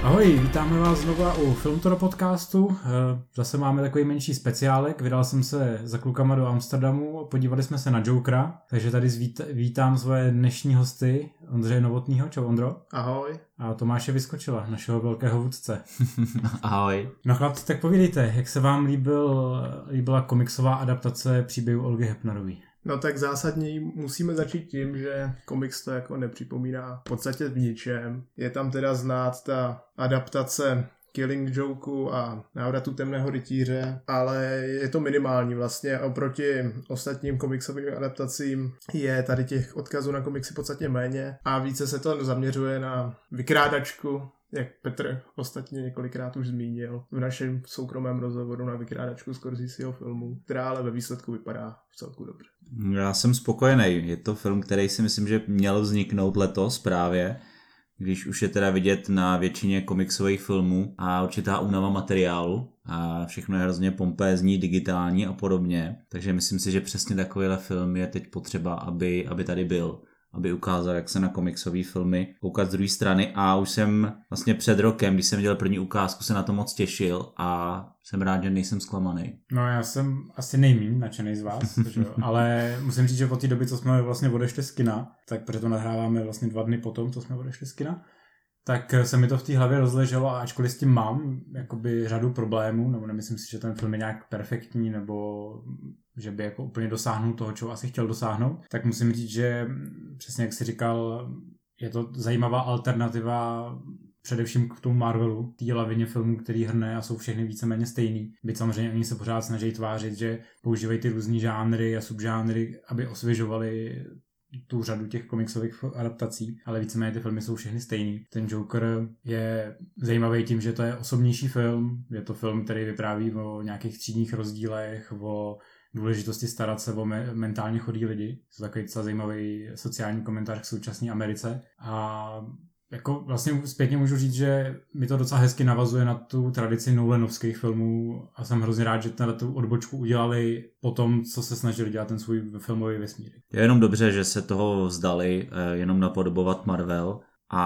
Ahoj, vítáme vás znova u Filmtoro podcastu. Zase máme takový menší speciálek. Vydal jsem se za klukama do Amsterdamu, podívali jsme se na Jokera, takže tady vítám svoje dnešní hosty, Ondřeje Novotnýho. Čau Ondro. Ahoj. A Tomáše Vyskočila, našeho velkého vůdce. Ahoj. No chlapci, tak povídejte, jak se vám líbila komiksová adaptace příběhu Olgy Hepnerové? No tak zásadně musíme začít tím, že komiks to jako nepřipomíná v podstatě v ničem. Je tam teda znát ta adaptace Killing Joke a Návratu temného rytíře, ale je to minimální vlastně. Oproti ostatním komiksovým adaptacím je tady těch odkazů na komiksy podstatně méně a více se to zaměřuje na vykrádačku, jak Petr ostatně několikrát už zmínil v našem soukromém rozhovoru, na vykrádačku Scorseseho filmu, která ale ve výsledku vypadá vcelku dobře. Já jsem spokojený. Je to film, který si myslím, že měl vzniknout letos právě, když už je teda vidět na většině komiksových filmů a určitá únava materiálu a všechno je hrozně pompézní, digitální a podobně. Takže myslím si, že přesně takovýhle film je teď potřeba, aby tady byl. Aby ukázal, jak se na komiksové filmy koukat z druhé strany a už jsem vlastně před rokem, když jsem viděl první ukázku, se na to moc těšil a jsem rád, že nejsem zklamaný. No já jsem asi nejmíň nadšenej z vás, ale musím říct, že od té doby, co jsme vlastně odešli z kina, tak protože to nahráváme vlastně 2 dny potom, co jsme odešli z kina, tak se mi to v té hlavě rozleželo a ačkoliv s tím mám jakoby řadu problémů, nebo nemyslím si, že ten film je nějak perfektní, nebo že by jako úplně dosáhnul toho, čeho asi chtěl dosáhnout, tak musím říct, že přesně jak jsi říkal, je to zajímavá alternativa především k tomu Marvelu, té lavině filmů, který hrne a jsou všechny víceméně stejný. Byť samozřejmě oni se pořád snaží tvářit, že používají ty různý žánry a subžánry, aby osvěžovali tu řadu těch komiksových adaptací, ale víceméně ty filmy jsou všechny stejný. Ten Joker je zajímavý tím, že to je osobnější film, je to film, který vypráví o nějakých třídních rozdílech, o důležitosti starat se o mentálně chudý lidi. To je takový docela zajímavý sociální komentář k současné Americe a jako vlastně zpětně můžu říct, že mi to docela hezky navazuje na tu tradici Nolanovských filmů a jsem hrozně rád, že tu odbočku udělali po tom, co se snažili dělat ten svůj filmový vesmír. Je jenom dobře, že se toho vzdali, jenom napodobovat Marvel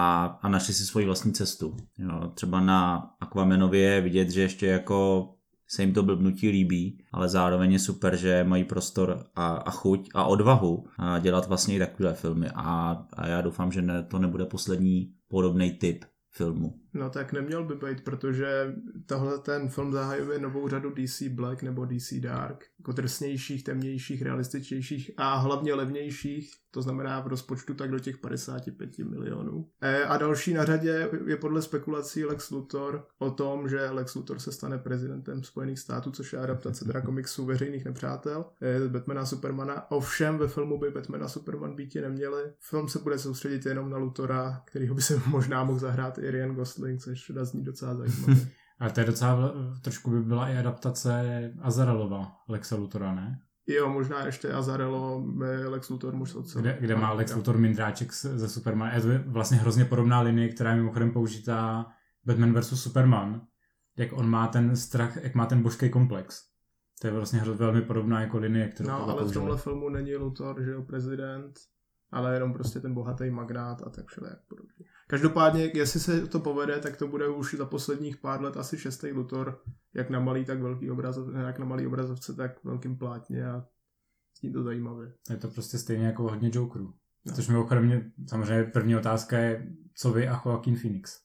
a našli si svoji vlastní cestu. Jo, třeba na Aquamanově vidět, že ještě jako se jim to blbnutí líbí, ale zároveň je super, že mají prostor a chuť a odvahu dělat vlastně i takové filmy a já doufám, že to nebude poslední podobný typ filmu. No tak neměl by být, protože tohle ten film zahajuje novou řadu DC Black nebo DC Dark, jako drsnějších, temnějších, realističtějších a hlavně levnějších, to znamená v rozpočtu tak do těch 55 milionů. A další na řadě je podle spekulací Lex Luthor o tom, že Lex Luthor se stane prezidentem Spojených států, což je adaptace teda komiksů Veřejných nepřátel, Batmana a Supermana. Ovšem ve filmu by Batman a Superman býti neměli. Film se bude soustředit jenom na Luthora, kterýho by se možná mohl zahrát i Ryan Gosling, což zní docela zajímavé. Ale to je docela, trošku by byla i adaptace Azarelova Lexa Luthora, ne? Jo, možná ještě Azarello, Lex Luthor muž otce. Kde má Lex Luthor mindráček ze Supermana. Je to vlastně hrozně podobná linie, která je mimochodem použitá Batman vs. Superman. Jak on má ten strach, jak má ten božský komplex. To je vlastně velmi podobná jako linie, kterou ale použili. v tomhle filmu není Luthor, že jo, prezident, ale jenom prostě ten bohatý magnát a tak všelijak podobně. Každopádně, jestli se to povede, tak to bude už za posledních pár let asi 6. Luthor, jak na malý, tak velký jak na malý obrazovce, tak velkým plátně a zní to zajímavě. Je to prostě stejně jako hodně Jokerů. No. Což mimochodem samozřejmě první otázka je, co vy a Joaquin Phoenix?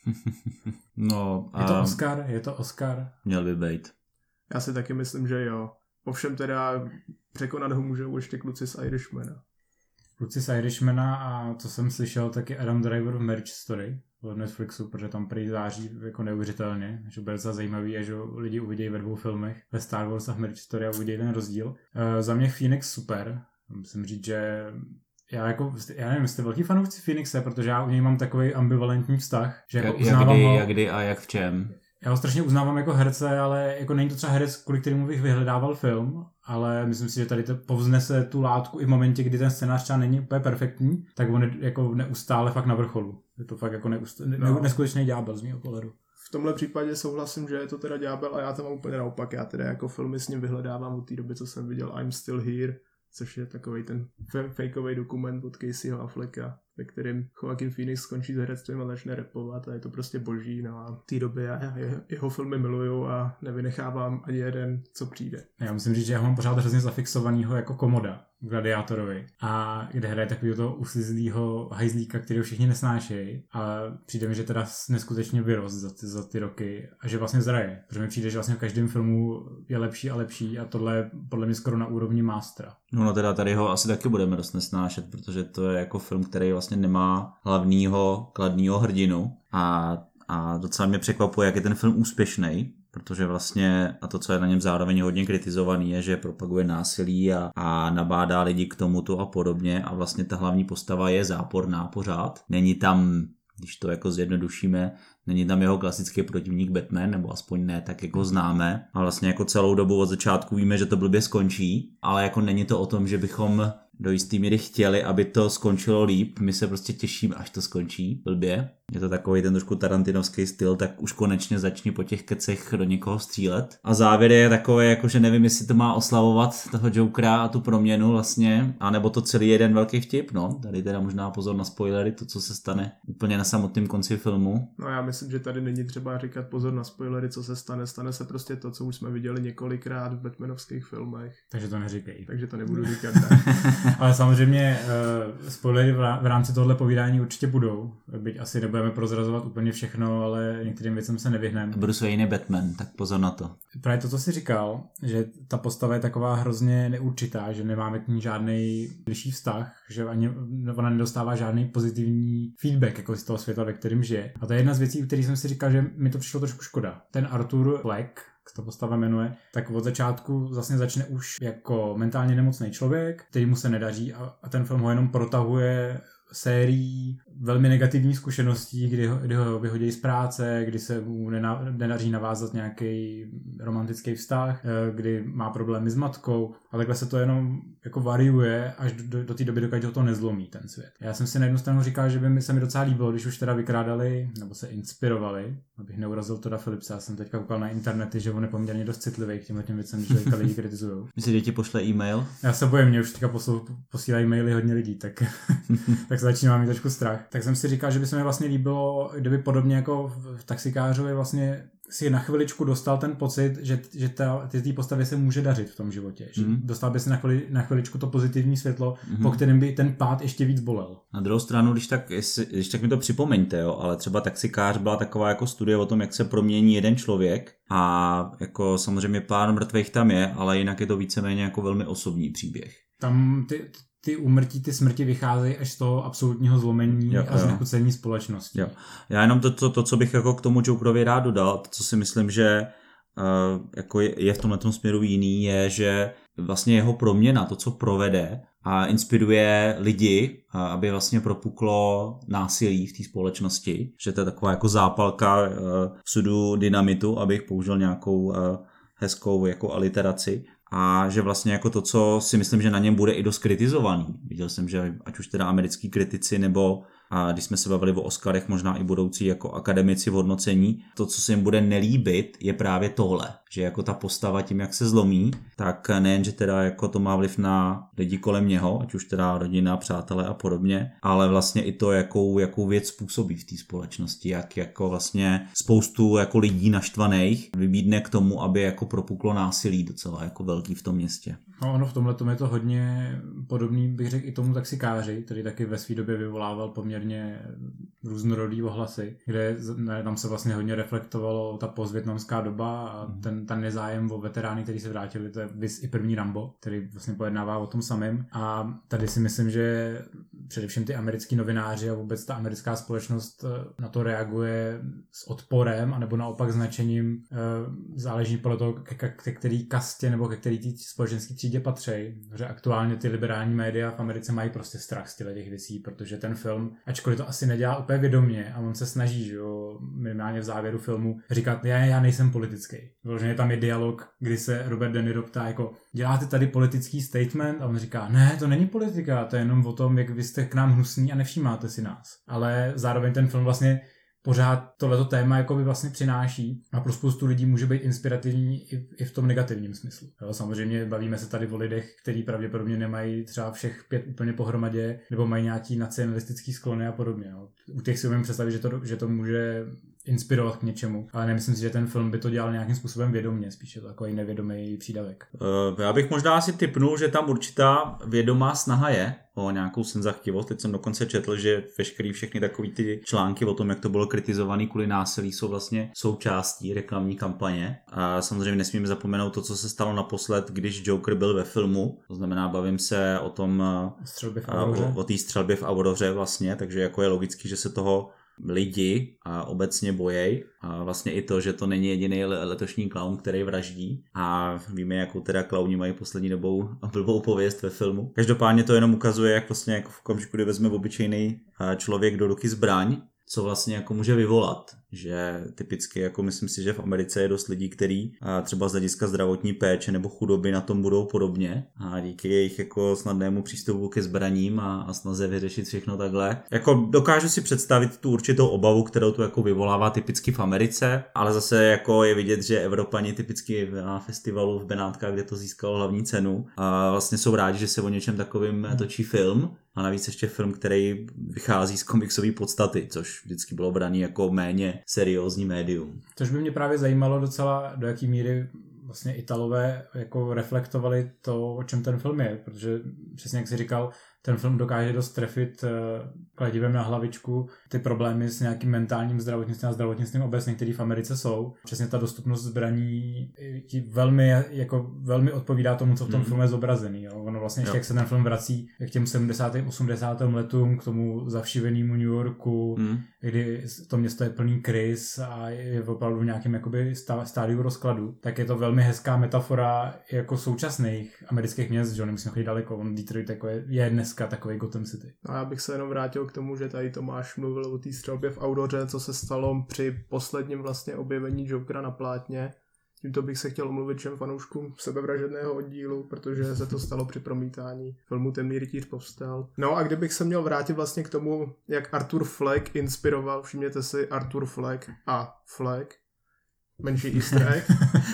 No, Je to Oscar? Měl by být. Já si taky myslím, že jo. Ovšem teda překonat ho můžou ještě kluci z Irishmana. Kluci z Irishmana a co jsem slyšel, taky Adam Driver v Marriage Story od Netflixu, protože tam prý září jako neuvěřitelně, že bude docela zajímavý a že lidi uvidějí ve 2 filmech, ve Star Wars a v Marriage Story a uvidějí ten rozdíl. Za mě Phoenix super, musím říct, že já nevím, jste velký fanoušci Phoenixe, protože já u něj mám takový ambivalentní vztah, že jako uznávám jak kdy a jak v čem. Já ho strašně uznávám jako herce, ale jako není to třeba herec, kvůli kterému bych vyhledával film, ale myslím si, že tady to povznese tu látku i v momentě, kdy ten scénář třeba není úplně perfektní, tak on je jako neustále fakt na vrcholu. Je to fakt jako neskutečný ďábel z mého pohledu. V tomhle případě souhlasím, že je to teda ďábel a já to mám úplně naopak. Já teda jako filmy s ním vyhledávám od té doby, co jsem viděl I'm Still Here, což je takovej ten fakeový dokument od Caseyho Afflecka. ve kterém Joaquin Phoenix skončí s herectvím a začne rapovat a je to prostě boží. No a v té době já jeho filmy miluju a nevynechávám ani jeden, co přijde. Já musím říct, že já mám pořád hrozně zafixovanýho jako Komoda v Gladiátorovi a kde hraje takového toho uslizlýho hajzlíka, kterého všichni nesnášejí a přijde mi, že teda neskutečně vyrost za ty roky a že vlastně zraje, protože mi přijde, že vlastně v každém filmu je lepší a lepší a tohle je podle mě skoro na úrovni mástra. No teda tady ho asi taky budeme dost nesnášet, protože to je jako film, který vlastně nemá hlavního kladného hrdinu a docela mě překvapuje, jak je ten film úspěšný. Protože vlastně, a to, co je na něm zároveň hodně kritizovaný, je, že propaguje násilí a nabádá lidi k tomuto a podobně a vlastně ta hlavní postava je záporná pořád. Není tam, když to jako zjednodušíme, není tam jeho klasický protivník Batman, nebo aspoň ne tak, jako známe. A vlastně jako celou dobu od začátku víme, že to blbě skončí, ale jako není to o tom, že bychom do jistý míry chtěli, aby to skončilo líp. My se prostě těšíme, až to skončí blbě. Je to takový ten trošku tarantinovský styl, tak už konečně začni po těch kecech do někoho střílet. A závěr je takový, jako že nevím, jestli to má oslavovat toho Jokera a tu proměnu vlastně, anebo to celý jeden velký vtip, no. Tady teda možná pozor na spoilery, to, co se stane úplně na samotném konci filmu. No já myslím, že tady není třeba říkat pozor na spoilery, co se stane. Stane se prostě to, co už jsme viděli několikrát v Batmanovských filmech. Takže to neříkej. Takže to nebudu říkat, ne. Ale samozřejmě spoilery v rámci tohle povídání určitě budou. Byť asi nebudeme prozrazovat úplně všechno, ale některým věcem se nevyhneme. Bruce Wayne je Batman, tak pozor na to. Právě to, co jsi říkal, že ta postava je taková hrozně neurčitá, že nemáme k ní žádný bližší vztah, že ani ona nedostává žádný pozitivní feedback jako z toho světa, ve kterém žije. A to je jedna z věcí, u kterých jsem si říkal, že mi to přišlo trošku škoda. Ten Arthur Fleck, jak ta postava jmenuje, tak od začátku vlastně začne už jako mentálně nemocný člověk, který mu se nedaří a ten film ho jenom protahuje sérií velmi negativních zkušeností, kdy ho vyhodí z práce, kdy se mu nedaří navázat nějaký romantický vztah, kdy má problémy s matkou a takhle se to jenom jako variuje až do té doby, dokud ho to nezlomí ten svět. Já jsem si na jednu stranu říkal, že by se mi docela líbilo, když už teda vykrádali nebo se inspirovali, abych neurazil Todda Phillipse. Já jsem teďka koukal na internety, že on je poměrně dost citlivý k těmhle věcem, že teďka lidi kritizujou. Myslíš, že ti pošle e-mail? Já se bojím, mě už teďka posílají maily hodně lidí, tak se začíná mít trošku strach. Tak jsem si říkal, že by se mi vlastně líbilo, kdyby podobně jako v Taxikářovi vlastně si na chviličku dostal ten pocit, že té postavě se může dařit v tom životě. Že dostal by si na chviličku to pozitivní světlo, po kterém by ten pád ještě víc bolel. Na druhou stranu, když tak mi to připomeňte, jo, ale třeba Taxikář byla taková jako studie o tom, jak se promění jeden člověk a jako samozřejmě pár mrtvých tam je, ale jinak je to víceméně jako velmi osobní příběh. Tam ty úmrtí, ty smrti vycházejí až z toho absolutního zlomení a znechucení společnosti. Jo. Já jenom to, co bych jako k tomu Jokerovi rád dodal, to, co si myslím, že jako je v tomhletom směru jiný, je, že vlastně jeho proměna, to, co provede a inspiruje lidi, aby vlastně propuklo násilí v té společnosti, že to je taková jako zápalka sudu dynamitu, abych použil nějakou hezkou jako aliteraci. A že vlastně jako to, co si myslím, že na něm bude i dost kritizovaný. Viděl jsem, že ať už teda americký kritici nebo když jsme se bavili o Oscarech, možná i budoucí jako akademici v hodnocení, to, co se jim bude nelíbit, je právě tohle. Že jako ta postava tím, jak se zlomí, tak nejen, že teda jako to má vliv na lidi kolem něho, ať už teda rodina, přátelé a podobně, ale vlastně i to, jakou věc způsobí v té společnosti, jak jako vlastně spoustu jako lidí naštvaných vybídne k tomu, aby jako propuklo násilí docela jako velký v tom městě. No ono v tomhletom je to hodně podobný, bych řekl, i tomu Taxikáři, který taky ve své době vyvolával poměrně různorodý ohlasy, kde tam se vlastně hodně reflektovalo ta postvietnamská doba a ten nezájem o veterány, který se vrátili, to je i první Rambo, který vlastně pojednává o tom samém. A tady si myslím, že především ty americký novináři a vůbec ta americká společnost na to reaguje s odporem, anebo naopak značením, záleží podle toho, ke který kastě nebo ke který tý společenský třídě patří. Že aktuálně ty liberální média v Americe mají prostě strach z těch věcí, protože ten film, ačkoliv to asi nedělá úplně vědomě a on se snaží, že jo, minimálně v závěru filmu říkat, já nejsem politický. Vloženě tam je dialog, kdy se Robert De Niro ptá jako, děláte tady politický statement? A on říká, ne, to není politika, to je jenom o tom, jak vy jste k nám hnusní a nevšímáte si nás. Ale zároveň ten film vlastně pořád tohleto téma jakoby vlastně přináší a pro spoustu lidí může být inspirativní i v tom negativním smyslu. Jo, samozřejmě bavíme se tady o lidech, kteří pravděpodobně nemají třeba všech 5 úplně pohromadě nebo mají nějaký nacionalistický sklony a podobně. Jo. U těch si umím představit, že to může inspirovat k něčemu, ale nemyslím si, že ten film by to dělal nějakým způsobem vědomě, spíše to takový nevědomý přídavek. Já bych možná asi tipnul, že tam určitá vědomá snaha je o nějakou senzachtivost. Teď jsem dokonce četl, že všechny takový ty články o tom, jak to bylo kritizovaný kvůli násilí, jsou vlastně součástí reklamní kampaně. A samozřejmě nesmíme zapomenout to, co se stalo naposled, když Joker byl ve filmu. To znamená, bavím se o tom o té střelbě v Auroře vlastně, takže jako je logický, že se toho lidi a obecně bojej a vlastně i to, že to není jediný letošní klaun, který vraždí a víme, jakou teda klauni mají poslední dobou blbou pověst ve filmu. Každopádně to jenom ukazuje, jak vlastně jako v okamžiku, kdy vezme obyčejný člověk do ruky zbraň, co vlastně jako může vyvolat, že typicky jako myslím si, že v Americe je dost lidí, kteří třeba z hlediska zdravotní péče nebo chudoby na tom budou podobně a díky jejich jako snadnému přístupu ke zbraním a snaze vyřešit všechno takhle. Jako dokážu si představit tu určitou obavu, kterou tu jako vyvolává typicky v Americe, ale zase jako je vidět, že Evropani typicky na festivalu v Benátkách, kde to získalo hlavní cenu, a vlastně jsou rádi, že se o něčem takovým točí film. A navíc ještě film, který vychází z komiksové podstaty, což vždycky bylo braný jako méně seriózní médium. Což by mě právě zajímalo docela, do jaký míry vlastně Italové jako reflektovali to, o čem ten film je, protože přesně jak jsi říkal, ten film dokáže dost trefit kladivem na hlavičku ty problémy s nějakým mentálním zdravotnictvím a zdravotnictvím obecně, který v Americe jsou. Přesně ta dostupnost zbraní velmi odpovídá tomu, co v tom filmu je zobrazený. Jo. Ono vlastně ještě, jak se ten film vrací k těm 70. 80. letům, k tomu zavšivenému New Yorku, kdy to město je plný krys a je opravdu v nějakém jakoby stádiu rozkladu, tak je to velmi hezká metafora jako současných amerických měst, že nemusíme chodit daleko. Detroit jako je dneska takový Gotham City. A já bych se jenom vrátil k tomu, že tady Tomáš mluvil o té střelbě v Auroře, co se stalo při posledním vlastně objevení Jokera na plátně. Tímto bych se chtěl omluvit všem fanouškům sebevražedného oddílu, protože se to stalo při promítání filmu Temný rytíř povstal. No a kdybych se měl vrátit vlastně k tomu, jak Arthur Fleck inspiroval, všimněte si Arthur Fleck a Fleck, menší easter egg.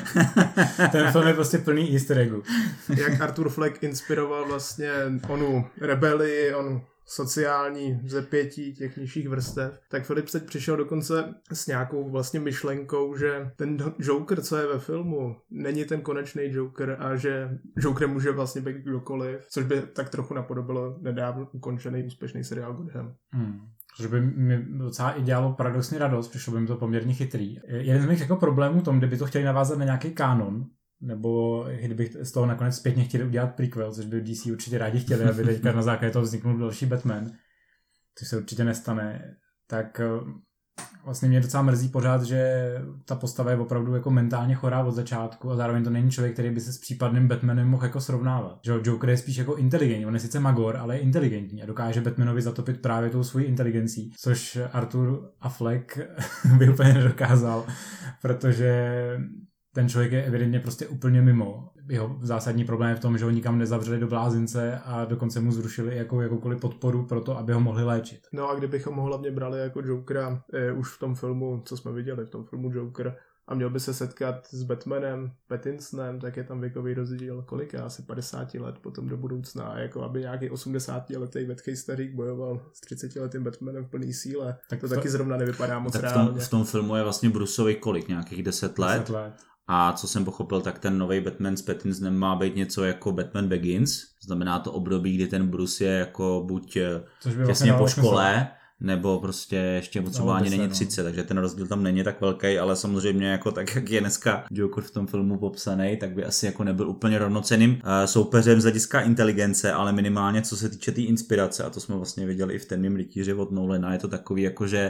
Ten film je prostě plný easter eggu. Jak Arthur Fleck inspiroval vlastně onu rebelii, onu sociální vzepětí těch nižších vrstev, tak Filip teď přišel dokonce s nějakou vlastně myšlenkou, že ten Joker, co je ve filmu, není ten konečný Joker a že Joker může vlastně být kdokoliv, což by tak trochu napodobilo nedávno ukončený úspěšný seriál Gotham. Což by mi docela i dělalo paradoxně radost, přišlo by mi to poměrně chytrý. Jeden z mých jako problémů tom, kdyby to chtěli navázat na nějaký kánon, nebo kdyby z toho nakonec zpětně chtěli udělat prequel, což by DC určitě rádi chtěli, aby teďka na základě toho vzniknul další Batman, což se určitě nestane, tak vlastně mě docela mrzí pořád, že ta postava je opravdu jako mentálně chorá od začátku a zároveň to není člověk, který by se s případným Batmanem mohl jako srovnávat. Že Joker je spíš jako inteligentní, on je sice magor, ale je inteligentní a dokáže Batmanovi zatopit právě tou svojí inteligencí, což Arthur a Fleck by úplně nedokázal, protože ten člověk je evidentně prostě úplně mimo. Jeho zásadní problém je v tom, že ho nikam nezavřeli do blázince a dokonce mu zrušili jakoukoliv podporu pro to, aby ho mohli léčit. No a kdybychom ho hlavně brali jako Jokera už v tom filmu, co jsme viděli v tom filmu Joker, a měl by se setkat s Batmanem, Pattinsonem, tak je tam věkový rozdíl, kolik je, asi 50 let potom do budoucna, jako aby nějaký 80letý vetkej stařík bojoval s 30letým Batmanem v plný síle, tak to taky zrovna nevypadá moc reálně. V tom filmu je vlastně Bruceovi kolik, nějakých 10 let. 10 let. A co jsem pochopil, tak ten nový Batman s Pattinsonem má být něco jako Batman Begins. Znamená to období, kdy ten Bruce je jako buď těsně po škole, nebo prostě ještě třeba ani není 30, takže ten rozdíl tam není tak velký, ale samozřejmě jako tak, jak je dneska Joker v tom filmu popsaný, tak by asi jako nebyl úplně rovnocenným soupeřem z hlediska inteligence, ale minimálně co se týče té inspirace, a to jsme vlastně viděli i v Temném rytíři od Nolana, je to takový jako, že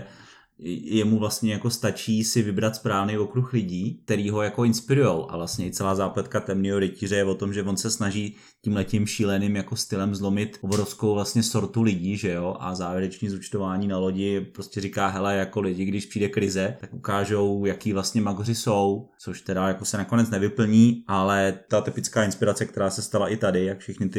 jemu vlastně jako stačí si vybrat správný okruh lidí, který ho jako inspirujou, a vlastně i celá zápletka Temného rytíře je o tom, že on se snaží tímhletím šíleným jako stylem zlomit obrovskou vlastně sortu lidí, že jo, a závěrečný zúčtování na lodi prostě říká, hele, jako lidi, když přijde krize, tak ukážou, jaký vlastně magoři jsou, což teda jako se nakonec nevyplní, ale ta typická inspirace, která se stala i tady, jak všichni ty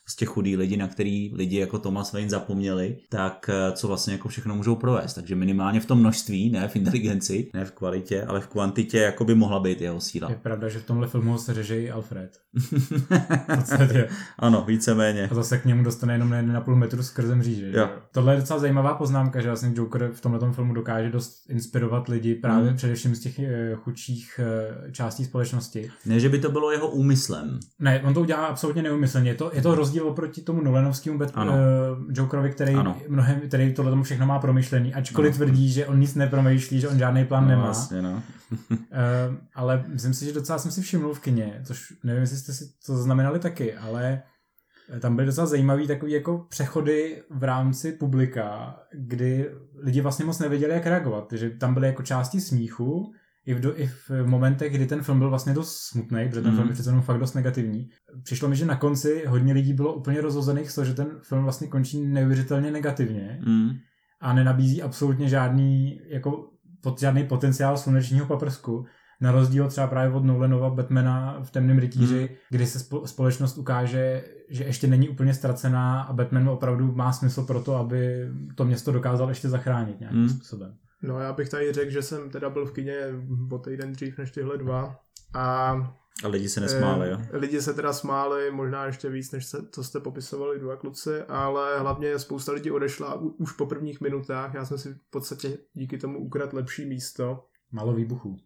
prostě chudí lidi, na který lidi jako Thomas Wayne zapomněli, tak co vlastně jako všechno můžou provést. Takže minimálně v tom množství, ne v inteligenci, ne v kvalitě, ale v kvantitě jako by mohla být jeho síla. Je pravda, že v tomhle filmu se řeže i Alfred. V podstatě. Ano, víceméně. A zase k němu dostane jenom na 1,5 metru skrze mříže. Tohle je docela zajímavá poznámka, že vlastně Joker v tomhle filmu dokáže dost inspirovat lidi právě především z těch chudších částí společnosti. Ne, že by to bylo jeho úmyslem. Ne, on to udělá absolutně neúmyslně. Je to rozdíl oproti tomu Nolanovskému Jokerovi, který tohle tomu všechno má promyšlený, ačkoliv tvrdí, že on nic nepromýšlí, že on žádný plán nemá. Vlastně, Ale myslím si, že docela jsem si všiml v kině, což nevím, jestli jste si to zaznamenali taky, ale tam byly docela zajímavý takový jako přechody v rámci publika, kdy lidi vlastně moc nevěděli, jak reagovat. Takže tam byly jako části smíchu, i v momentech, kdy ten film byl vlastně dost smutný, protože ten film je přece jenom fakt dost negativní. Přišlo mi, že na konci hodně lidí bylo úplně rozhozených z toho, že ten film vlastně končí neuvěřitelně negativně a nenabízí absolutně žádný potenciál slunečního paprsku. Na rozdíl třeba právě od Nolanova Batmana v Temném rytíři, kdy se společnost ukáže, že ještě není úplně ztracená a Batman opravdu má smysl pro to, aby to město dokázal ještě zachránit nějakým způsobem. No já bych tady řekl, že jsem teda byl v kině o týden dřív než tyhle dva a lidi se nesmáli, jo? Lidi se teda smáli, možná ještě víc, než co jste popisovali dva kluci, ale hlavně spousta lidí odešla už po prvních minutách. Já jsem si v podstatě díky tomu ukradl lepší místo. Málo výbuchů.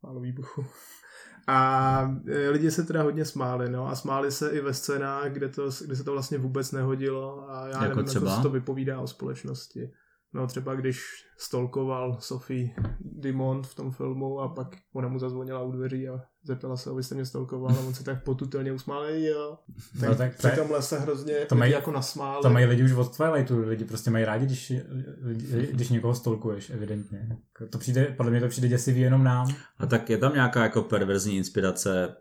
A lidi se teda hodně smáli, no, a smáli se i ve scénách, kde se to vlastně vůbec nehodilo a já nevím, co to vypovídá o společnosti. No třeba když stalkoval Sophie Dumont v tom filmu a pak ona mu zazvonila u dveří a zeptala se, abyste mě stalkoval a on se tak potutelně usmál, jo. Tak při tomhle se hrozně jako nasmáli. To mají lidi už od Twilightu, lidi prostě mají rádi, když někoho stalkuješ, evidentně. Podle mě to přijde děsivý jenom nám. A tak je tam nějaká jako perverzní inspirace,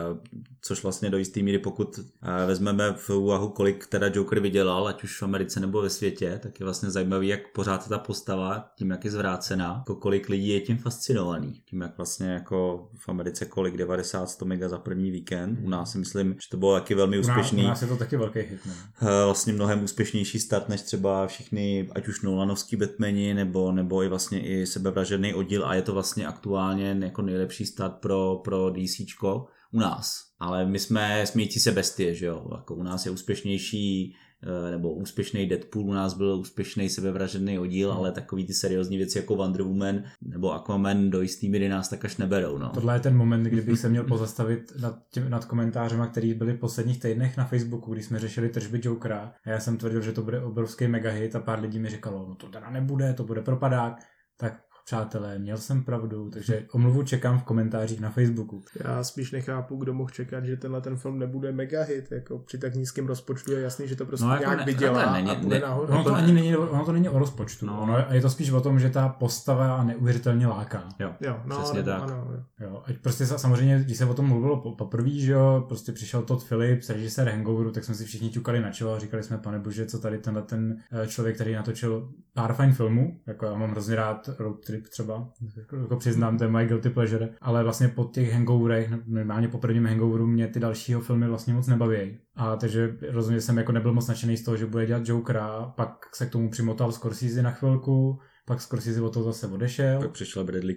což vlastně do jistý míry, pokud vezmeme v úvahu, kolik teda Joker vydělal, ať už v Americe nebo ve světě, tak je vlastně zajímavý, jak pořád ta postava, tím jak je zvrácená, jako kolik lidí je tím fascinovaný. Tím jak vlastně jako v Americe kolik 90-100 mega za první víkend. U nás si myslím, že to bylo taky velmi úspěšný. U nás je to taky velký hit. Ne? Vlastně mnohem úspěšnější start než třeba všichni, ať už Nolanovský Batmani, nebo i vlastně i sebevražedný oddíl a je to vlastně aktuálně jako nejlepší start pro DCčko u nás. Ale my jsme smíjící se bestie, že jo? Jako u nás je úspěšnější nebo úspěšný Deadpool, u nás byl úspěšný sebevražedný oddíl, ale takový ty seriózní věci jako Wonder Woman nebo Aquaman do jistý míry nás tak až neberou. No. Tohle je ten moment, kdybych se měl pozastavit nad komentářema, který byly v posledních týdnech na Facebooku, když jsme řešili tržby Jokera a já jsem tvrdil, že to bude obrovský megahit a pár lidí mi říkalo, no to teda nebude, to bude propadák. Tak přátelé, měl jsem pravdu, takže omluvu čekám v komentářích na Facebooku. Já spíš nechápu, kdo mohl čekat, že ten film nebude mega hit, jako při tak nízkém rozpočtu je jasný, že to prostě nějak vydělá a půjde nahoru. Ono to není o rozpočtu, je to spíš o tom, že ta postava neuvěřitelně láká. Jo, přesně tak. Jo, ať prostě samozřejmě, když se o tom mluvilo poprvé, že jo, prostě přišel Todd Phillips, režisér Hangoveru, tak jsme si všichni ťukali na čelo a říkali jsme, pane bože, co tady ten člověk, který natočil pár fajn filmů, jako já mám hrozně rád Road Trip třeba, jako přiznám, to je my guilty pleasure, ale vlastně po těch hangoverech, normálně po prvním hangoveru mě ty dalšího filmy vlastně moc nebaví. A takže rozhodně jsem jako nebyl moc nadšený z toho, že bude dělat Jokera, pak se k tomu přimotal Scorsese na chvilku, pak Scorsese od toho zase odešel. Pak přišel Bradley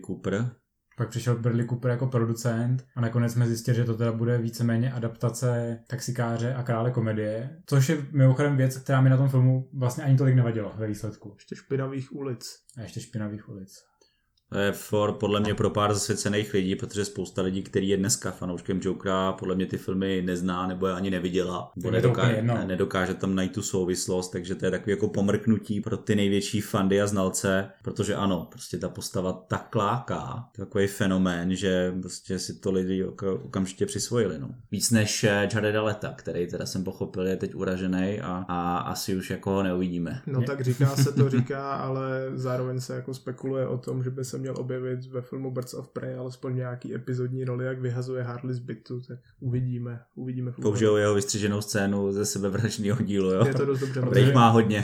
Cooper jako producent a nakonec jsme zjistili, že to teda bude víceméně adaptace Taxikáře a Krále komedie, což je mimochodem věc, která mi na tom filmu vlastně ani tolik nevadila ve výsledku. Ještě špinavých ulic. To je podle mě pro pár zasvěcených lidí, protože spousta lidí, který je dneska fanouškem Jokera, podle mě ty filmy nezná nebo je ani neviděla. Nedokáže tam najít tu souvislost, takže to je takový jako pomrknutí pro ty největší fandy a znalce, protože ano, prostě ta postava tak láká, takový fenomén, že prostě si to lidi okamžitě přisvojili. No. Víc než Jareda Leta, který teda jsem pochopil je teď uražený a asi už jako ho neuvidíme. No tak říká, ale zároveň se jako spekuluje o tom, že by se měl objevit ve filmu Birds of Prey alespoň nějaký epizodní roli, jak vyhazuje Harley z bytu, tak uvidíme. Použijou jeho vystřiženou scénu ze sebevražedného dílu, jo? Je to dost dobře. Protože jich má hodně.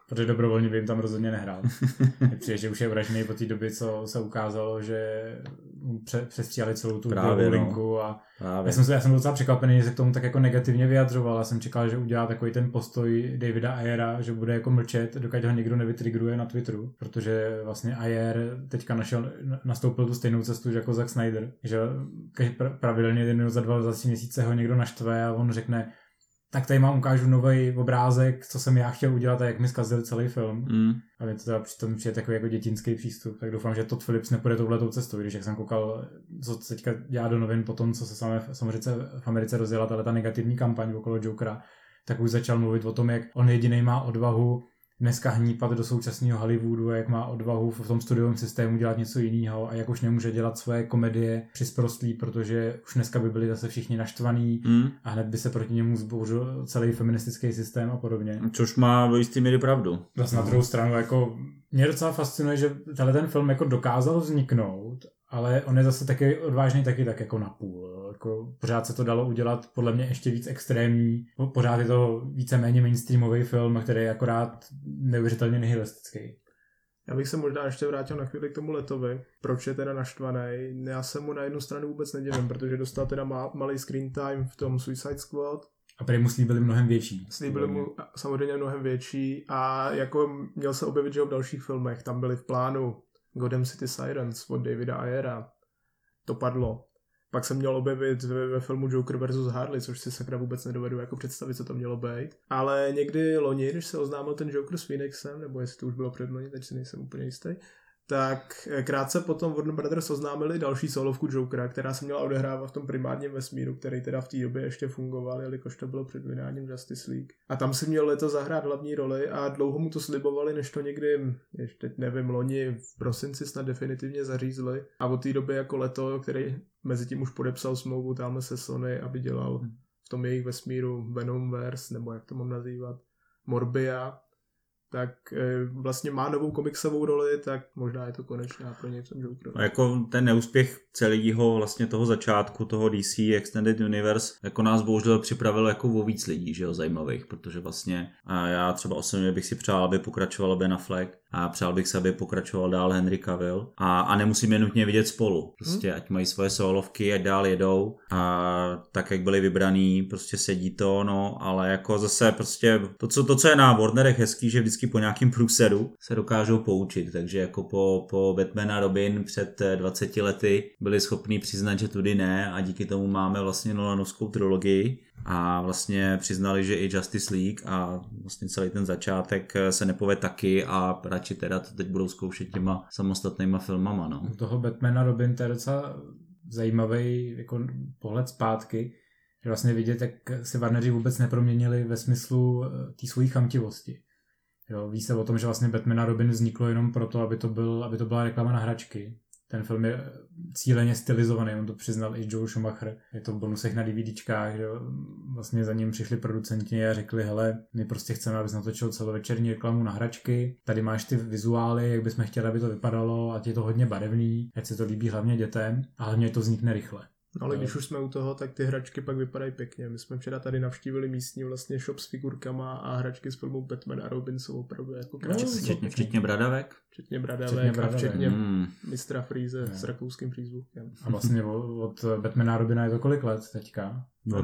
protože dobrovolně by jim tam rozhodně nehrál. Přijde, že už je uražený po té době, co se ukázalo, že přestříhali celou tu linku a já jsem docela překvapený, že se k tomu tak jako negativně vyjadřoval. Já jsem čekal, že udělá takový ten postoj Davida Ayera, že bude jako mlčet, dokud ho někdo nevytrigruje na Twitteru, protože vlastně Ayer teďka nastoupil tu stejnou cestu jako Zack Snyder, že pravidelně jednou za 2 měsíce ho někdo naštve a on řekne, tak tady mám ukážu nový obrázek, co jsem já chtěl udělat a jak mi zkazil celý film. A mě to teda přitom přijde takový jako dětinský přístup. Tak doufám, že Todd Phillips nepůjde touhletou cestou, když jak jsem koukal, co teďka dělá do novin po tom, co se samozřejmě v Americe rozjela ta negativní kampaň okolo Jokera, tak už začal mluvit o tom, jak on jedinej má odvahu dneska hnípat do současného Hollywoodu a jak má odvahu v tom studiovém systému dělat něco jiného a jak už nemůže dělat svoje komedie přisprostlý, protože už dneska by byli zase všichni naštvaný a hned by se proti němu zbouřil celý feministický systém a podobně. Což má do jistý míry pravdu. Zase na druhou stranu jako mě docela fascinuje, že ten film jako dokázal vzniknout, ale on je zase taky odvážný taky tak jako napůl. Jako pořád se to dalo udělat podle mě ještě víc extrémní. Pořád je to víceméně mainstreamový film, který je akorát neuvěřitelně nihilistický. Já bych se možná ještě vrátil na chvíli k tomu Letovi. Proč je teda naštvaný? Já se mu na jednu stranu vůbec nedivím, protože dostal teda malý screen time v tom Suicide Squad. A prý mu slíbili mnohem větší. Slíbili mu samozřejmě mnohem větší a jako měl se objevit, že v dalších filmech, tam byly v plánu Gotham City Sirens od Davida Ayera. To padlo. Pak se měl objevit ve filmu Joker vs. Harley, což si sakra vůbec nedovedu jako představit, co to mělo být. Ale někdy loni, když se oznámil ten Joker s Phoenixem, nebo jestli to už bylo předloni, teď si nejsem úplně jistý, tak krátce potom Warner Brothers oznámili další solovku Jokera, která se měla odehrávat v tom primárním vesmíru, který teda v té době ještě fungoval, jelikož to bylo před vydáním Justice League. A tam si měl Leto zahrát hlavní roli a dlouho mu to slibovali, než to někdy, teď nevím, loni v prosinci snad definitivně zařízli. A od té doby jako Leto, který mezi tím už podepsal smlouvu tamhle se Sony, aby dělal v tom jejich vesmíru Venomverse, nebo jak to mám nazývat, Morbia, tak vlastně má novou komiksovou roli, tak možná je to konečná pro něj v tom Jokeru. A jako ten neúspěch celého vlastně toho začátku, toho DC Extended Universe, jako nás bohužel připravil jako o víc lidí, že jo, zajímavých, protože vlastně a já třeba osobně bych si přál, aby pokračoval Ben Affleck a přál bych se, aby pokračoval dál Henry Cavill a nemusíme nutně vidět spolu. Prostě ať mají svoje solovky, ať dál jedou a tak, jak byli vybraný, prostě sedí to, no, ale jako zase prostě to, co je na Warnerech hezký, že vždycky po nějakým průseru se dokážou poučit, takže jako po Batman a Robin před 20 lety byli schopní přiznat, že tudy ne a díky tomu máme vlastně Nolanovskou trilogii a vlastně přiznali, že i Justice League a vlastně celý ten začátek se nepovede taky a radši teda to teď budou zkoušet těma samostatnýma filmama, no. U toho Batmana Robin to je docela zajímavý jako pohled zpátky, že vlastně vidět, jak se Warneri vůbec neproměnili ve smyslu té svojí chamtivosti. Jo, ví se o tom, že vlastně Batman a Robin vzniklo jenom proto, aby to byla reklama na hračky. Ten film je cíleně stylizovaný, on to přiznal i Joel Schumacher. Je to v bonusech na DVDčkách, že vlastně za ním přišli producenti a řekli, hele, my prostě chceme, abys natočil celovečerní reklamu na hračky, tady máš ty vizuály, jak bychom chtěli, aby to vypadalo, ať je to hodně barevný, ať se to líbí hlavně dětem a hlavně to vznikne rychle. No, ale když už jsme u toho, tak ty hračky pak vypadají pěkně. My jsme včera tady navštívili místní vlastně shop s figurkama a hračky z filmu Batman a Robin jsou opravdu jako krásné. Včetně bradavek? Včetně bradavek a včetně mistra Freeze s rakouským přízvukem. A vlastně od Batmana a Robina je to kolik let teďka?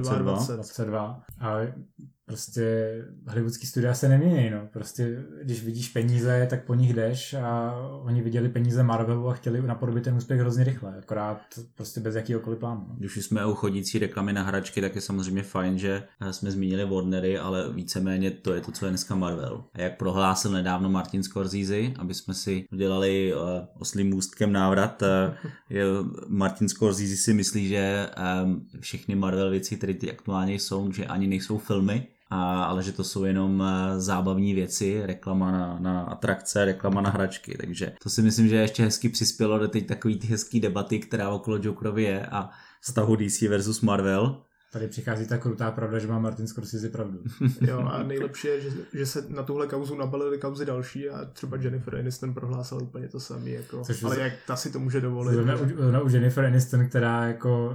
22. A prostě hollywoodský studia se nemění, no. Prostě když vidíš peníze, tak po nich jdeš a oni viděli peníze Marvelu a chtěli napodobit ten úspěch hrozně rychle, akorát prostě bez jakýhokoliv plánu. No. Když jsme u chodící reklamy na hračky, tak je samozřejmě fajn, že jsme zmínili Warnery, ale víceméně to je to, co je dneska Marvel. A jak prohlásil nedávno Martin Scorsese, aby jsme si udělali oslým můstkem návrat, Martin Scorsese si myslí, že všechny Marvel věci, které ty aktuálně jsou, že ani nejsou filmy, ale že to jsou jenom zábavní věci, reklama na atrakce, reklama na hračky, takže to si myslím, že ještě hezky přispělo do teď takový ty hezký debaty, která okolo Jokerovi je a vztahu DC versus Marvel. Tady přichází ta krutá pravda, že má Martin Scorsese pravdu. Jo, a nejlepší je, že se na tuhle kauzu nabalily kauzy další a třeba Jennifer Aniston prohlásila úplně to samé, jako, ale jak ta si to může dovolit. U Jennifer Aniston, která jako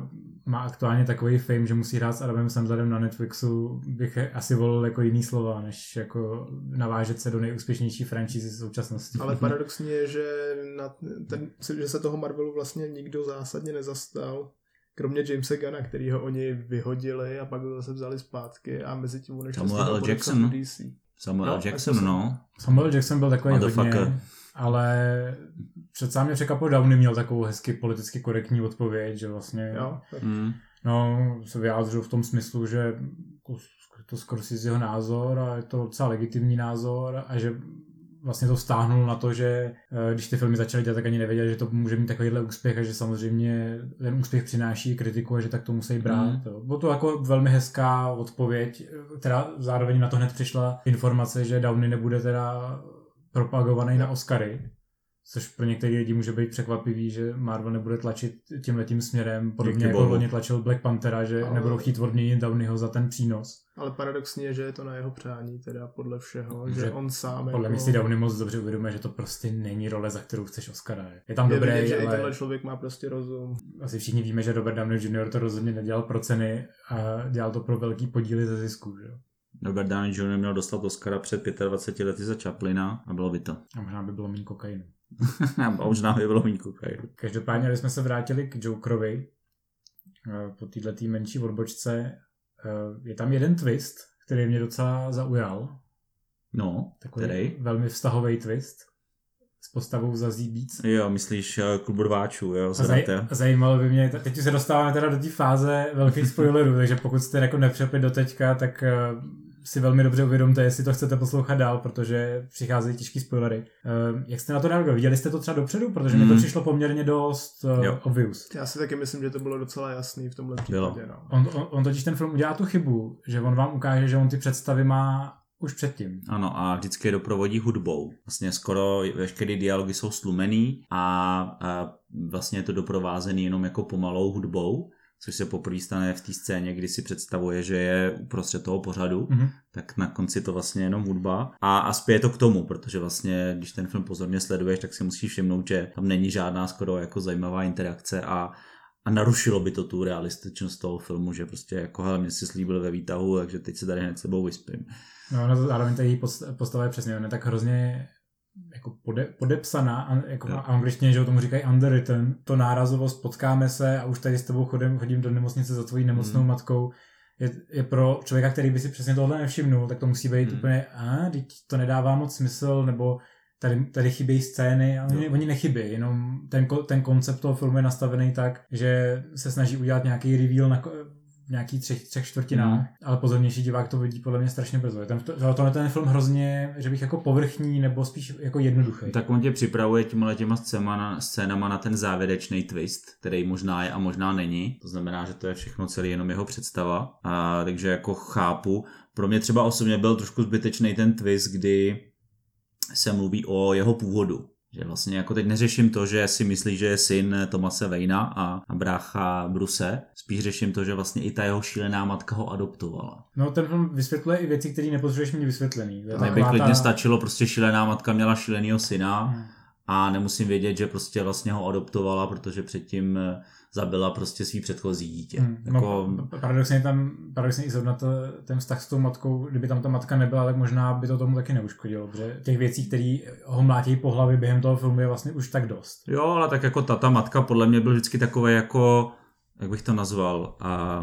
má aktuálně takový fame, že musí hrát s Adamem Sandlerem na Netflixu, bych asi volil jako jiný slova, než jako navážet se do nejúspěšnější franšízy současnosti. Ale paradoxní je, že, že se toho Marvelu vlastně nikdo zásadně nezastal, kromě Jamesa Gunna, který ho oni vyhodili a pak ho zase vzali zpátky a mezi tím Samuel Jackson. Samuel Jackson byl takový hodně, ale přece mě překvapil, Downey měl takovou hezky politicky korektní odpověď, že vlastně se vyjádřil v tom smyslu, že to skoro si z jeho názor a je to docela legitimní názor a že vlastně to vztáhnul na to, že když ty filmy začaly dělat, tak ani nevěděli, že to může mít takovýhle úspěch a že samozřejmě ten úspěch přináší kritiku a že tak to musí brát. Bylo to jako velmi hezká odpověď, teda zároveň na to hned přišla informace, že Downey nebude teda propagovaný na Oscary, což pro některé lidi může být překvapivý, že Marvel nebude tlačit tímhletím směrem, podobně jako loni tlačil Black Panthera, že nebudou chtít odměnit Downeyho za ten přínos. Ale paradoxně je, že je to na jeho přání, teda podle všeho, že on sám podle mě si Downey moc dobře uvědomuje, že to prostě není role, za kterou chceš Oscara. Je tam dobrý, vidět, že ale i tenhle člověk má prostě rozum. Asi všichni víme, že Robert Downey Jr. to rozhodně nedělal pro ceny a dělal to pro velký podíly ze zisku, že jo. Robert Downey Jr. měl dostat Oscara před 25 lety za Chaplina a bylo by to. A možná by bylo méně kokainu. Každopádně, aby jsme se vrátili k Jokerovi, po této menší odbočce, je tam jeden twist, který mě docela zaujal. No, takový který? Velmi vztahový twist s postavou Zazie Beetz. Jo, myslíš Klubu rváčů, jo? Zajímalo by mě, teď se dostáváme teda do té fáze velkých spoilerů, takže pokud jste jako nepřepli do teďka, tak si velmi dobře uvědomte, jestli to chcete poslouchat dál, protože přicházejí těžký spoilery. Jak jste na to reagovali? Viděli jste to třeba dopředu? Protože mi to přišlo poměrně dost obvious. Já si taky myslím, že to bylo docela jasný v tomhle případě. No. On totiž ten film udělá tu chybu, že on vám ukáže, že on ty představy má už předtím. Ano, a vždycky je doprovodí hudbou. Vlastně skoro veškeré dialogy jsou stlumený a vlastně je to doprovázený jenom jako pomalou hudbou, což se poprvé stane v té scéně, kdy si představuje, že je uprostřed toho pořadu, tak na konci to vlastně jenom hudba. A spěje to k tomu, protože vlastně, když ten film pozorně sleduješ, tak si musíš všimnout, že tam není žádná skoro jako zajímavá interakce a narušilo by to tu realističnost toho filmu, že prostě jako hele, mě si slíbil ve výtahu, takže teď se tady hned sebou vyspím. No, to zároveň ta její postava je přesně, ona je tak hrozně jako podepsaná, jako v angličtině, že tomu říkají underwritten, to nárazovost, potkáme se a už tady s tebou chodím do nemocnice za tvojí nemocnou matkou, je pro člověka, který by si přesně tohle nevšimnul, tak to musí být úplně, teď to nedává moc smysl, nebo tady chybějí scény, ale oni nechybí, jenom ten koncept toho filmu je nastavený tak, že se snaží udělat nějaký reveal v nějakých třech čtvrtinách, ale pozornější divák to vidí podle mě strašně brzo. Tohle ten film hrozně, že bych jako povrchní nebo spíš jako jednoduchý. Tak on tě připravuje těma scénama na ten závěrečný twist, který možná je a možná není. To znamená, že to je všechno celý jenom jeho představa. Takže jako chápu. Pro mě třeba osobně byl trošku zbytečný ten twist, kdy se mluví o jeho původu. Že vlastně jako teď neřeším to, že si myslí, že je syn Thomase Wayna a brácha Bruce. Spíš řeším to, že vlastně i ta jeho šílená matka ho adoptovala. No ten film vysvětluje i věci, které nepotřebuješ mít vysvětlený. Tak by klidně stačilo, prostě šílená matka měla šílenýho syna a nemusím vědět, že prostě vlastně ho adoptovala, protože předtím zabila prostě svý předchozí dítě. Paradoxně i zrovna ten vztah s tou matkou, kdyby tam ta matka nebyla, tak možná by to tomu taky neuškodilo, protože těch věcí, které ho mlátějí po hlavě během toho filmu, je vlastně už tak dost. Jo, ale tak jako ta matka podle mě byl vždycky takové jako, jak bych to nazval,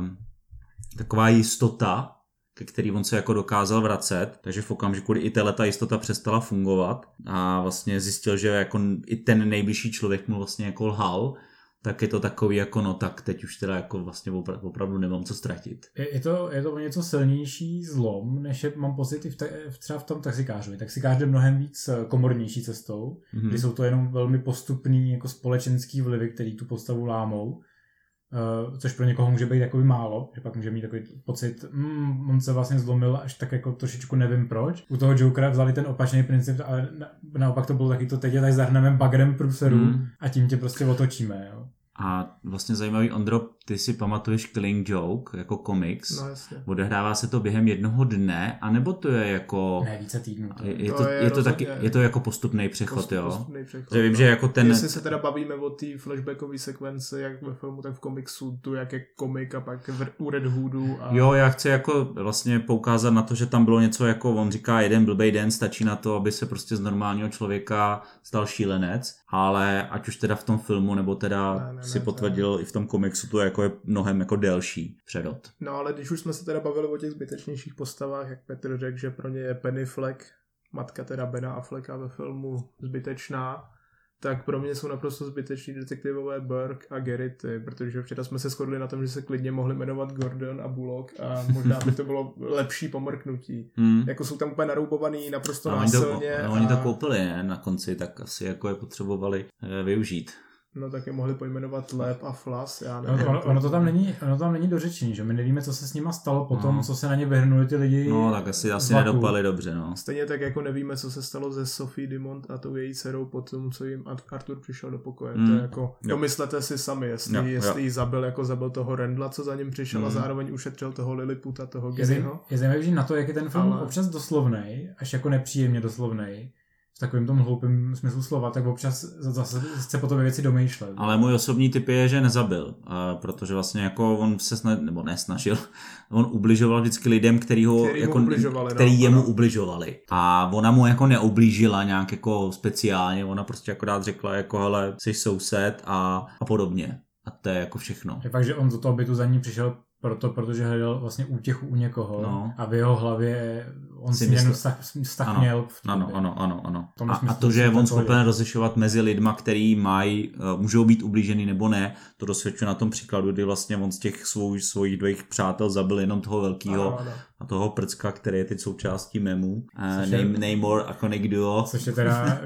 taková jistota, ke který on se jako dokázal vracet, takže v okamžiku, kdy i ta jistota přestala fungovat a vlastně zjistil, že jako i ten nejbližší člověk mu vlastně jako lhal, tak je to takový jako no tak teď už teda jako vlastně opravdu nemám co ztratit. Je to o něco silnější zlom, než mám pocit i třeba v tom Taxikářovi. Taxikář jde mnohem víc komornější cestou, kdy jsou to jenom velmi postupný jako společenský vlivy, který tu postavu lámou, což pro někoho může být takový málo, že pak může mít takový pocit, on se vlastně zlomil až tak jako trošičku nevím proč. U toho Jokera vzali ten opačný princip, ale naopak to bylo taky to, teď je tady zahrneme bagrem průseru a tím tě prostě otočíme. Jo. A vlastně zajímavý, Ondro, ty si pamatuješ Killing Joke jako komiks. No jasně. Odehrává se to během jednoho dne, anebo to je jako... Ne, více týdnů. Je to jako postupný přechod, jo? Postupný přechod, že vím, že jako ten... Jestli se teda bavíme o té flashbackové sekvenci, jak ve filmu, tak v komiksu, tu jak je komik a pak u Red Hoodu. A... Jo, já chci jako vlastně poukázat na to, že tam bylo něco jako, on říká, jeden blbej den stačí na to, aby se prostě z normálního člověka stal šílenec, ale ať už teda v tom filmu, nebo teda si potvrdil i v tom komiksu, to jako je mnohem jako delší přerod. No ale když už jsme se teda bavili o těch zbytečnějších postavách, jak Petr řekl, že pro ně je Penny Fleck, matka teda Bena Afflecka ve filmu, zbytečná, tak pro mě jsou naprosto zbyteční detektivové Burke a Garrity, protože včera jsme se shodli na tom, že se klidně mohli jmenovat Gordon a Bullock a možná by to bylo lepší pomrknutí. Jako jsou tam úplně naroubovaný naprosto násilně. Oni to koupili, ne? Na konci, tak asi jako je potřebovali využít. No tak je mohli pojmenovat Lep a Flas, já nevím. Ono to tam není dořečený, že my nevíme, co se s nima stalo potom, co se na ně vyhrnuli ty lidi. No tak asi nedopadli dobře, no. Stejně tak jako nevíme, co se stalo se Sophie Dumont a tou její dcerou potom, co jim Arthur přišel do pokoje. To je jako, domyslete si sami, jestli jí zabil toho Randla, co za ním přišel a zároveň ušetřil toho Lilliputa, toho Garyho. Je zajímavé, že na to, jak je ten film občas doslovnej, až jako nepříjemně doslovnej, v takovém tom hloupém smyslu slova, tak občas zase chce po tobě věci domýšlet. Ale můj osobní tip je, že nezabil, protože vlastně jako on se nesnažil, on ubližoval vždycky lidem, který jemu ubližovali. A ona mu jako neublížila nějak jako speciálně, ona prostě akorát řekla jako hele, jsi soused a podobně. A to je jako všechno. Je fakt, že on do toho bytu za ní přišel protože hledal vlastně útěchu u někoho a v jeho hlavě on si jen vztah měl. Ano. A to, že je on schopen rozlišovat mezi lidma, který můžou být ublížený nebo ne, to dosvědčuje na tom příkladu, kdy vlastně on z těch svojich dvojích přátel zabil jenom toho velkýho a toho prcka, který je teď součástí memu. Namor a Connect Duo. Což je teda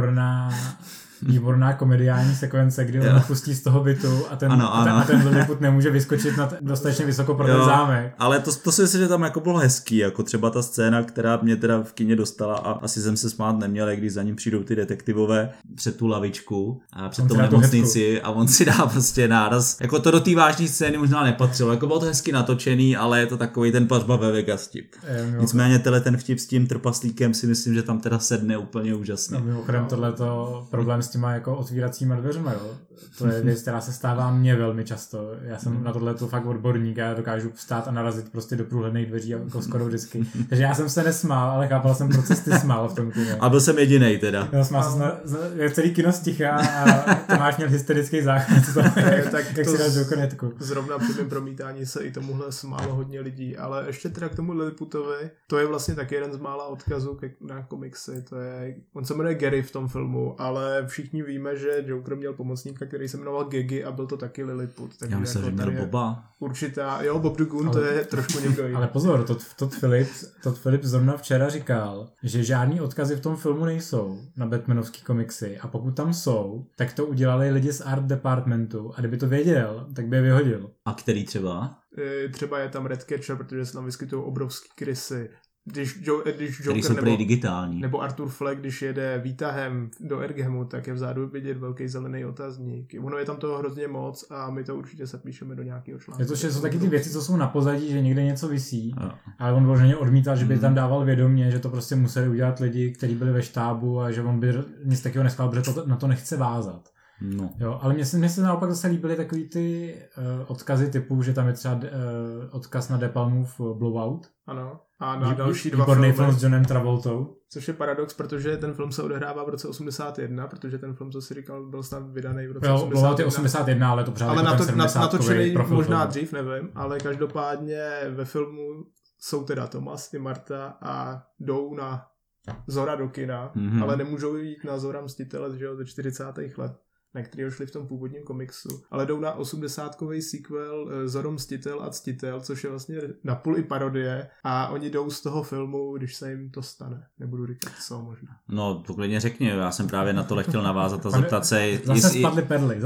výborná komediální sekvence, kdy on pustí z toho bytu a ten Lilliput nemůže vyskočit dostatečně vysoko pro ten zámek. Ale to si myslím, že tam jako bylo hezký, jako třeba ta scéna, která mě teda v kině dostala a asi jsem se smát neměl, když za ním přijdou ty detektivové před tu lavičku a před tou nemocnici a on si dá prostě náraz. Jako to do té vážné scény možná nepatřilo, jako bylo to hezky natočený, ale je to takový ten Pařba ve Vegas tip. Nicméně ten vtip s tím trpaslíkem si myslím, že tam teda sedne úplně úžasně. No, mimochodem tohleto problém s těma jako otvíracíma dveřma, jo. To je věc, která se stává mně velmi často. Já jsem na tohleto fakt odborník, já dokážu vstát a narazit prostě do průhledných dveří jako skoro vždycky. Takže já jsem se nesmál, ale chápal jsem, proč ty smál v tom kině. A byl jsem jedinej teda. Já smál jsem celý kino sticha a Tomáš měl hysterický záchvat, jak si dal Joker. Zrovna při mém promítání se i tomuhle smálo hodně lidí, ale ještě teda k tomu Lilliputovi, to je vlastně taky jeden z mála odkazů na komiksy. On se jmenuje Gary v tom filmu, ale všichni víme, že Joker měl pomocníka, který se jmenoval Gigi a byl to taky Lilliput. Já myslím, že měl Boba. Určitá, Bob Dugan, to je trošku někdo jiný. Ale pozor, Todd Phillips zrovna včera říkal, že žádný odkazy v tom filmu nejsou na Batmanovský komiksy a pokud tam jsou, tak to udělali lidi z art departmentu a kdyby to věděl, tak by je vyhodil. A který třeba? Třeba je tam Redcatcher, protože se tam vyskytují obrovský krysy. Když Joker nebo Arthur Fleck, když jede výtahem do Ergemu, tak je vzadu vidět velký zelený otazník. Ono je tam toho hrozně moc a my to určitě se píšeme do nějakého článku. Je to, že jsou taky ty věci, co jsou na pozadí, že někde něco visí, ale on vloženě odmítal, že by tam dával vědomě, že to prostě museli udělat lidi, kteří byli ve štábu a že on by nic takového neschvál, protože na to nechce vázat. No. Jo, ale mně se naopak zase líbily takový ty odkazy typu, že tam je třeba odkaz na De Palmův Blowout. Ano. A na další dva film s Johnem Travoltou. Což je paradox, protože ten film se odehrává v roce 81, protože ten film, co si říkal, byl snad vydaný v roce 81. Blowout je 81, ale to pořád ale natočený možná dřív, nevím, ale každopádně ve filmu jsou teda Thomas i Marta a jdou na Zora do kina, ale nemůžou jít na Zora Mstitele, že jo, ze 40. let, na kterýho šli v tom původním komiksu, ale jdou na 80kový sequel Zorro Mstitel a Ctitel, což je vlastně napůl i parodie a oni jdou z toho filmu, když se jim to stane. Nebudu říkat co možná. No, to klidně řekni, já jsem právě na tohle chtěl navázat a zeptat se... Zase spadly perly.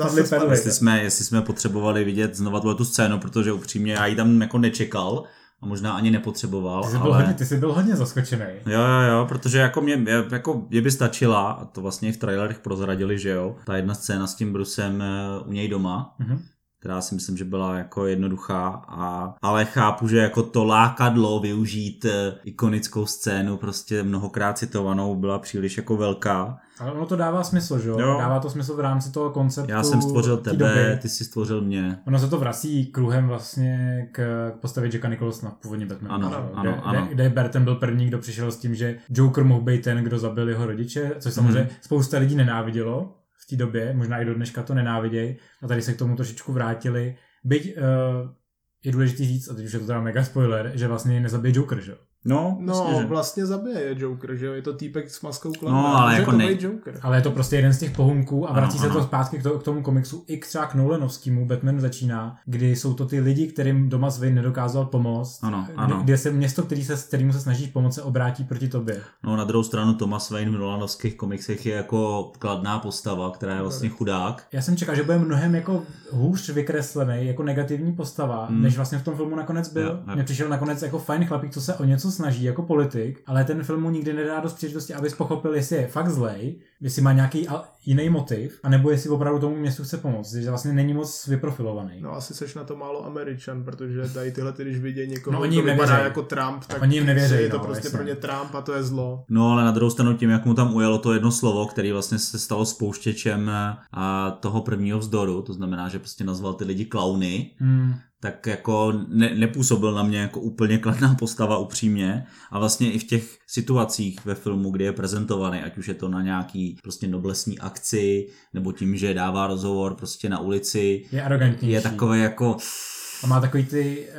Jestli jsme potřebovali vidět znova tu scénu, protože upřímně já ji tam jako nečekal, a možná ani nepotřeboval. Ty jsi byl hodně zaskočený. Jo, protože jako mě by stačila, a to vlastně v trailerech prozradili, že jo, ta jedna scéna s tím Brucem u něj doma, která si myslím, že byla jako jednoduchá, ale chápu, že jako to lákadlo využít ikonickou scénu, prostě mnohokrát citovanou, byla příliš jako velká. Ale ono to dává smysl, že jo? Dává to smysl v rámci toho konceptu. Já jsem stvořil tebe, doby. ty jsi stvořil mě. Ono se to vrací kruhem vlastně k postavě Jacka Nicholsona v původně Batmanu. Ano. Kde Burton byl první, kdo přišel s tím, že Joker mohl být ten, kdo zabil jeho rodiče, což samozřejmě spousta lidí nenávidělo v té době, možná i do dneška to nenávidějí. A tady se k tomu trošičku vrátili. Byť je důležitý říct, a teď už je to teda mega spoiler, že vlastně nezabije Joker, že jo? No, vlastně zabije Joker, že jo? Je to týpek s maskou kladna. No, ale jako Joker. Ale je to prostě jeden z těch pohunků a vrací se to zpátky k tomu komiksu i třeba k Nolanovskému Batman začíná, kdy jsou to ty lidi, kterým Thomas Wayne nedokázal pomoct. Ano. Kde se město, kterému se snažíš pomoct, se obrátí proti tobě. No, na druhou stranu Thomas Wayne v Nolanovských komiksech je jako kladná postava, která je vlastně chudák. Já jsem čekal, že bude mnohem jako hůř vykreslený jako negativní postava, než vlastně v tom filmu nakonec byl. Mně přišel nakonec jako fajn chlapík, co se o něco snaží jako politik, ale ten film mu nikdy nedá dost příležitosti, abys pochopil, jestli je fakt zlej, jestli má nějaký jiný motiv, anebo jestli opravdu tomu městu chce pomoct, že vlastně není moc vyprofilovaný. No asi seš na to málo Američan, protože tady tyhle, když vidějí někoho, kdo vypadá jako Trump, tak oni jim nevěří, je to prostě pro ně Trump a to je zlo. No ale na druhou stranu tím, jak mu tam ujelo to jedno slovo, který vlastně se stalo spouštěčem toho prvního vzdoru, to znamená, že prostě nazval ty lidi klauny, tak jako nepůsobil na mě jako úplně kladná postava upřímně a vlastně i v těch situacích ve filmu, kdy je prezentovaný, ať už je to na nějaký prostě noblesní akci, nebo tím, že dává rozhovor prostě na ulici, je arrogantnější. Je takový jako... A má takový ty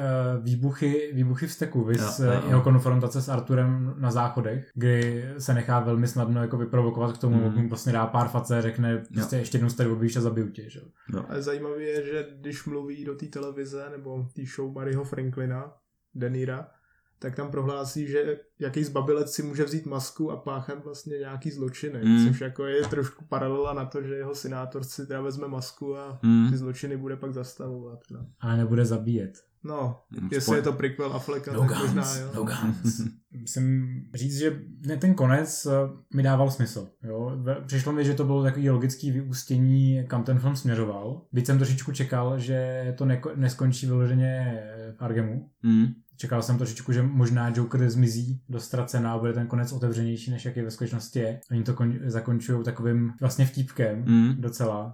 výbuchy vzteku, jeho konfrontace s Arturem na záchodech, kdy se nechá velmi snadno jako vyprovokovat k tomu, mu prostě dá pár face, řekne prostě ještě jednou tady objíš a zabiju tě. Že? Ale zajímavé je, že když mluví do té televize nebo té show Barryho Franklina, Denira, tak tam prohlásí, že jaký zbabilec si může vzít masku a páchat vlastně nějaký zločiny, což jako je trošku paralela na to, že jeho senátor si teda vezme masku a ty zločiny bude pak zastavovat. No. Ale nebude zabíjet. No, jestli je to prequel Afflecka, no tak guns, možná jo. No guns. Musím říct, že ten konec mi dával smysl. Jo? Přišlo mi, že to bylo takový logický vyústění, kam ten film směřoval. Byť jsem trošičku čekal, že to neskončí vyloženě v Argemu. Čekal jsem trošičku, že možná Joker zmizí do ztracena a bude ten konec otevřenější, než jaký ve skutečnosti je. Oni to zakončují takovým vlastně vtípkem docela.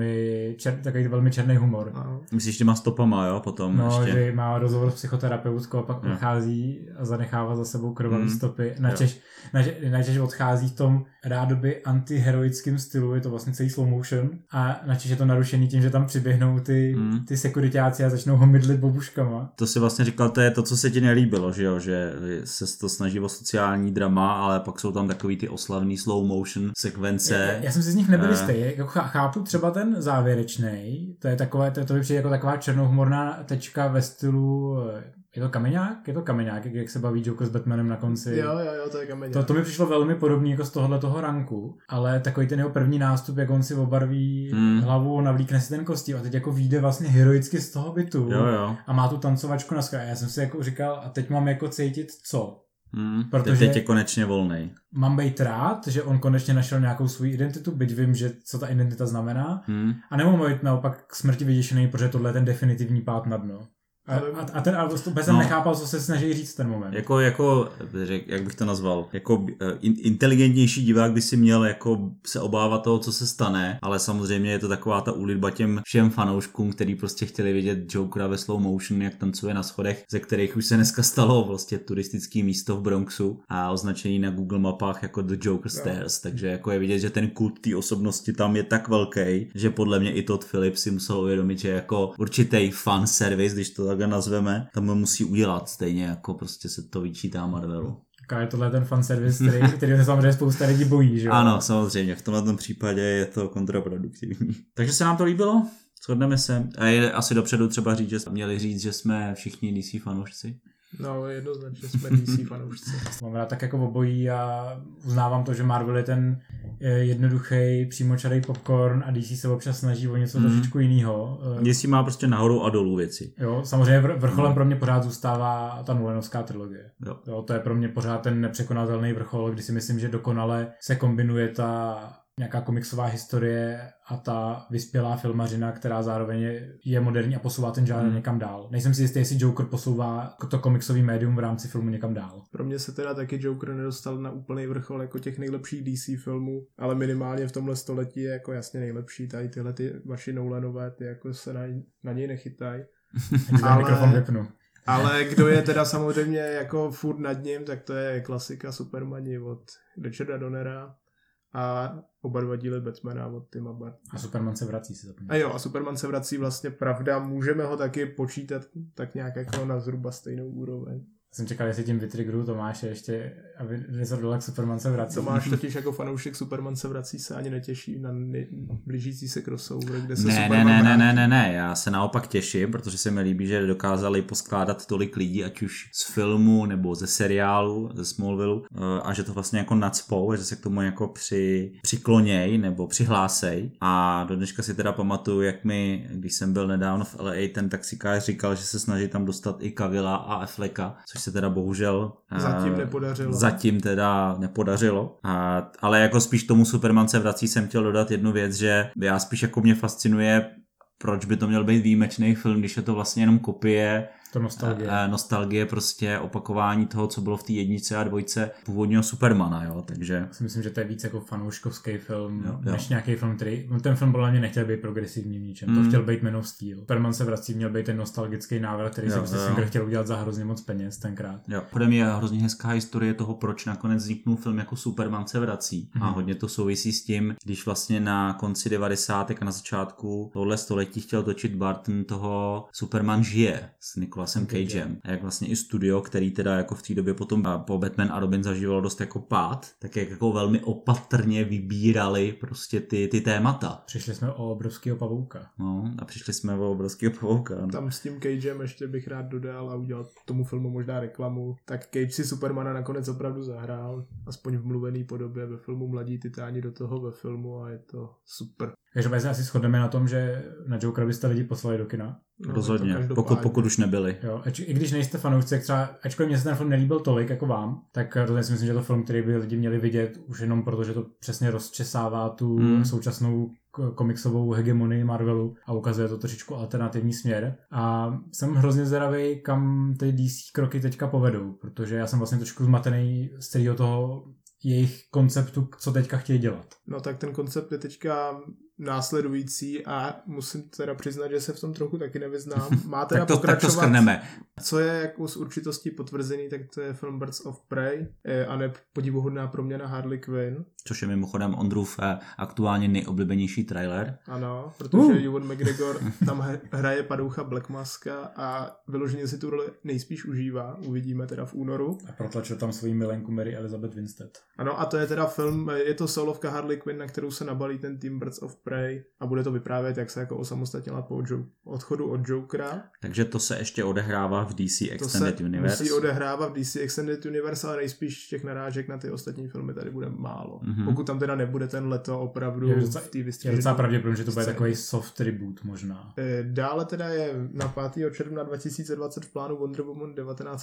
Takový velmi černý humor. Myslíš těma stopama, jo? Potom no, ještě. že má rozhovor s psychoterapeutkou a pak odchází a zanechává za sebou krvavý stopy. Načež odchází v tom rádoby antiheroickém stylu, je to vlastně celý slow motion a načež je to narušený tím, že tam přiběhnou ty sekuritáci a začnou ho mydlit bobuškama. To si vlastně říkal, to je to, co se ti nelíbilo, že jo, že se to snaží o sociální drama, ale pak jsou tam takový ty oslavný slow motion sekvence. Já jsem si z nich nebyl jistý, jako chápu třeba ten závěrečný, to je takové, to vypřijde jako taková černohumorná tečka ve stylu, je to kameňák? Je to kameňák, jak se baví Joker s Batmanem na konci. Jo, to je kameňák. To mi přišlo velmi podobný jako z tohoto ranku, ale takový ten jeho první nástup, jak on si obarví hlavu, navlíkne si ten kostým a teď jako vyjde vlastně heroicky z toho bytu a má tu tancovačku na skle. Já jsem si jako říkal, a teď mám jako cítit co? Protože teď je konečně volnej. Mám být rád, že on konečně našel nějakou svou identitu, byť vím, že co ta identita znamená, a nemám být naopak k smrti vyděšený, protože tohle je ten definitivní pád na dno. A ten vůbec jsem nechápal, co se snaží říct ten moment. Jako, jak bych to nazval, jako inteligentnější divák by si měl jako se obávat toho, co se stane, ale samozřejmě je to taková ta úlitba těm všem fanouškům, kteří prostě chtěli vidět Jokera ve slow motion, jak tancuje na schodech, ze kterých už se dneska stalo vlastně turistický místo v Bronxu a označení na Google mapách jako The Joker Stairs, takže jako je vidět, že ten kult té osobnosti tam je tak velký, že podle mě i Todd Phillips si musel uvědomit, že jako určitý fan service, když to takhle nazveme, tam musí udělat stejně, jako prostě se to vyčítá Marvelu. Je tohle ten fanservice, který se samozřejmě spousta lidí bojí, že jo? Ano, samozřejmě, v tomhle případě je to kontraproduktivní. Takže se nám to líbilo? Shodneme se. A je asi dopředu třeba říct, že měli říct, že jsme všichni DC fanoušci. No, jednoznačně jsme DC fanoušci. Mám rád tak jako obojí a uznávám to, že Marvel je ten jednoduchý, přímočarý popcorn a DC se občas snaží o něco trošičku jiného. DC má prostě nahoru a dolů věci. Jo, samozřejmě vrcholem pro mě pořád zůstává ta Nolanovská trilogie. Jo, to je pro mě pořád ten nepřekonatelný vrchol, kdy si myslím, že dokonale se kombinuje ta nějaká komiksová historie a ta vyspělá filmařina, která zároveň je moderní a posouvá ten žánr někam dál. Nejsem si jistý, jestli Joker posouvá to komiksový médium v rámci filmu někam dál. Pro mě se teda taky Joker nedostal na úplný vrchol jako těch nejlepších DC filmů, ale minimálně v tomhle století je jako jasně nejlepší. Tady tyhle ty vaši Nolanové, ty jako se na něj nechytají. Mikrofon vypnu. Ale kdo je teda samozřejmě jako furt nad ním, tak to je klasika Supermani od Richarda Donnera a oba dva díly Batmana od Tima Burtona. A Superman se vrací, si zapomněl. A jo, a Superman se vrací vlastně, pravda, můžeme ho taky počítat tak nějak jako na zhruba stejnou úroveň. Jsem čekal, jestli tím vytrigru Tomáše ještě, aby nezrodil, jak Superman se vrací. Tomáš totiž jako fanoušek Superman se vrací se ani netěší na blížící se crossover, kde se Superman vrátí. Ne, já se naopak těším, protože se mi líbí, že dokázali poskládat tolik lidí, ať už z filmu nebo ze seriálu, ze Smallville, a že to vlastně jako nacpou, že se k tomu jako přikloněj nebo přihlásej. A do dneška si teda pamatuju, jak mi, když jsem byl nedávno v LA, ten taxikář říkal, že se snaží tam dostat i Cavilla a Afflecka, což se teda bohužel zatím teda nepodařilo. Ale jako spíš tomu Superman se vrací jsem chtěl dodat jednu věc, že já spíš jako mě fascinuje, proč by to měl být výjimečný film, když je to vlastně jenom kopie. To nostalgie, prostě opakování toho, co bylo v té jednice a dvojce původního Supermana, jo, takže... Já si myslím, že to je víc jako fanouškovský film, než nějaký film, který... Ten film podle mě nechtěl být progresivní v ničem, to chtěl být Man of Steel. Superman se vrací, měl být ten nostalgický návrat, který si Singer chtěl udělat za hrozně moc peněz tenkrát. Jo, podle mě je hrozně hezká historie toho, proč nakonec vzniknul film jako Superman se vrací. A hodně to souvisí s tím, když vlastně na konci 90. a na začátku tohle století chtěl točit Burton toho Superman žije s Nicolasem Cagem. A jak vlastně i studio, který teda jako v té době potom po Batman a Robin zažíval dost jako pád, tak jak jako velmi opatrně vybírali prostě ty témata. Přišli jsme o obrovského pavouka. No, a přišli jsme o obrovského pavouka. No. Tam s tím Cagem ještě bych rád dodal a udělal tomu filmu možná reklamu. Tak Cage si Supermana nakonec opravdu zahrál, aspoň v mluvený podobě ve filmu Mladí titáni do toho ve filmu a je to super. Takže se asi shodneme na tom, že na Jokera byste lidi poslali do kina. No, rozhodně, pokud už nebyli. Jo, i když nejste fanoušci, ačkoliv mě se ten film nelíbil tolik jako vám, tak rozhodně si myslím, že to film, který by lidi měli vidět už jenom proto, že to přesně rozčesává tu současnou komiksovou hegemonii Marvelu a ukazuje to trošičku alternativní směr. A jsem hrozně zvědavý, kam ty DC kroky teďka povedou, protože já jsem vlastně trošku zmatený z celého toho jejich konceptu, co teďka chtějí dělat. No tak ten koncept je teďka následující a musím teda přiznat, že se v tom trochu taky nevyznám. Má teda tak to skrneme. Co je jako s určitostí potvrzený, tak to je film Birds of Prey a ne podivuhodná proměna Harley Quinn. Což je mimochodem Ondrův aktuálně nejoblíbenější trailer. Ano, protože Ewan McGregor tam hraje padoucha Black Maska a vyloženě si tu roli nejspíš užívá. Uvidíme teda v únoru. A protlačil tam svoji milenku Mary Elizabeth Winstead. Ano, a to je teda film, je to solovka Harley Quinn, na kterou se nabalí ten tým Birds of Prey a bude to vyprávět, jak se jako osamostatnila po odchodu od Jokera. Takže to se ještě odehrává v DC Extended Universe. To se musí odehrávat v DC Extended Universe, ale nejspíš těch narážek na ty ostatní filmy tady bude málo. Pokud tam teda nebude ten leto opravdu v té vystřížené. Je docela pravděpodobně, že to bude takový soft reboot možná. Dále teda je na 5. června 2020 v plánu Wonder Woman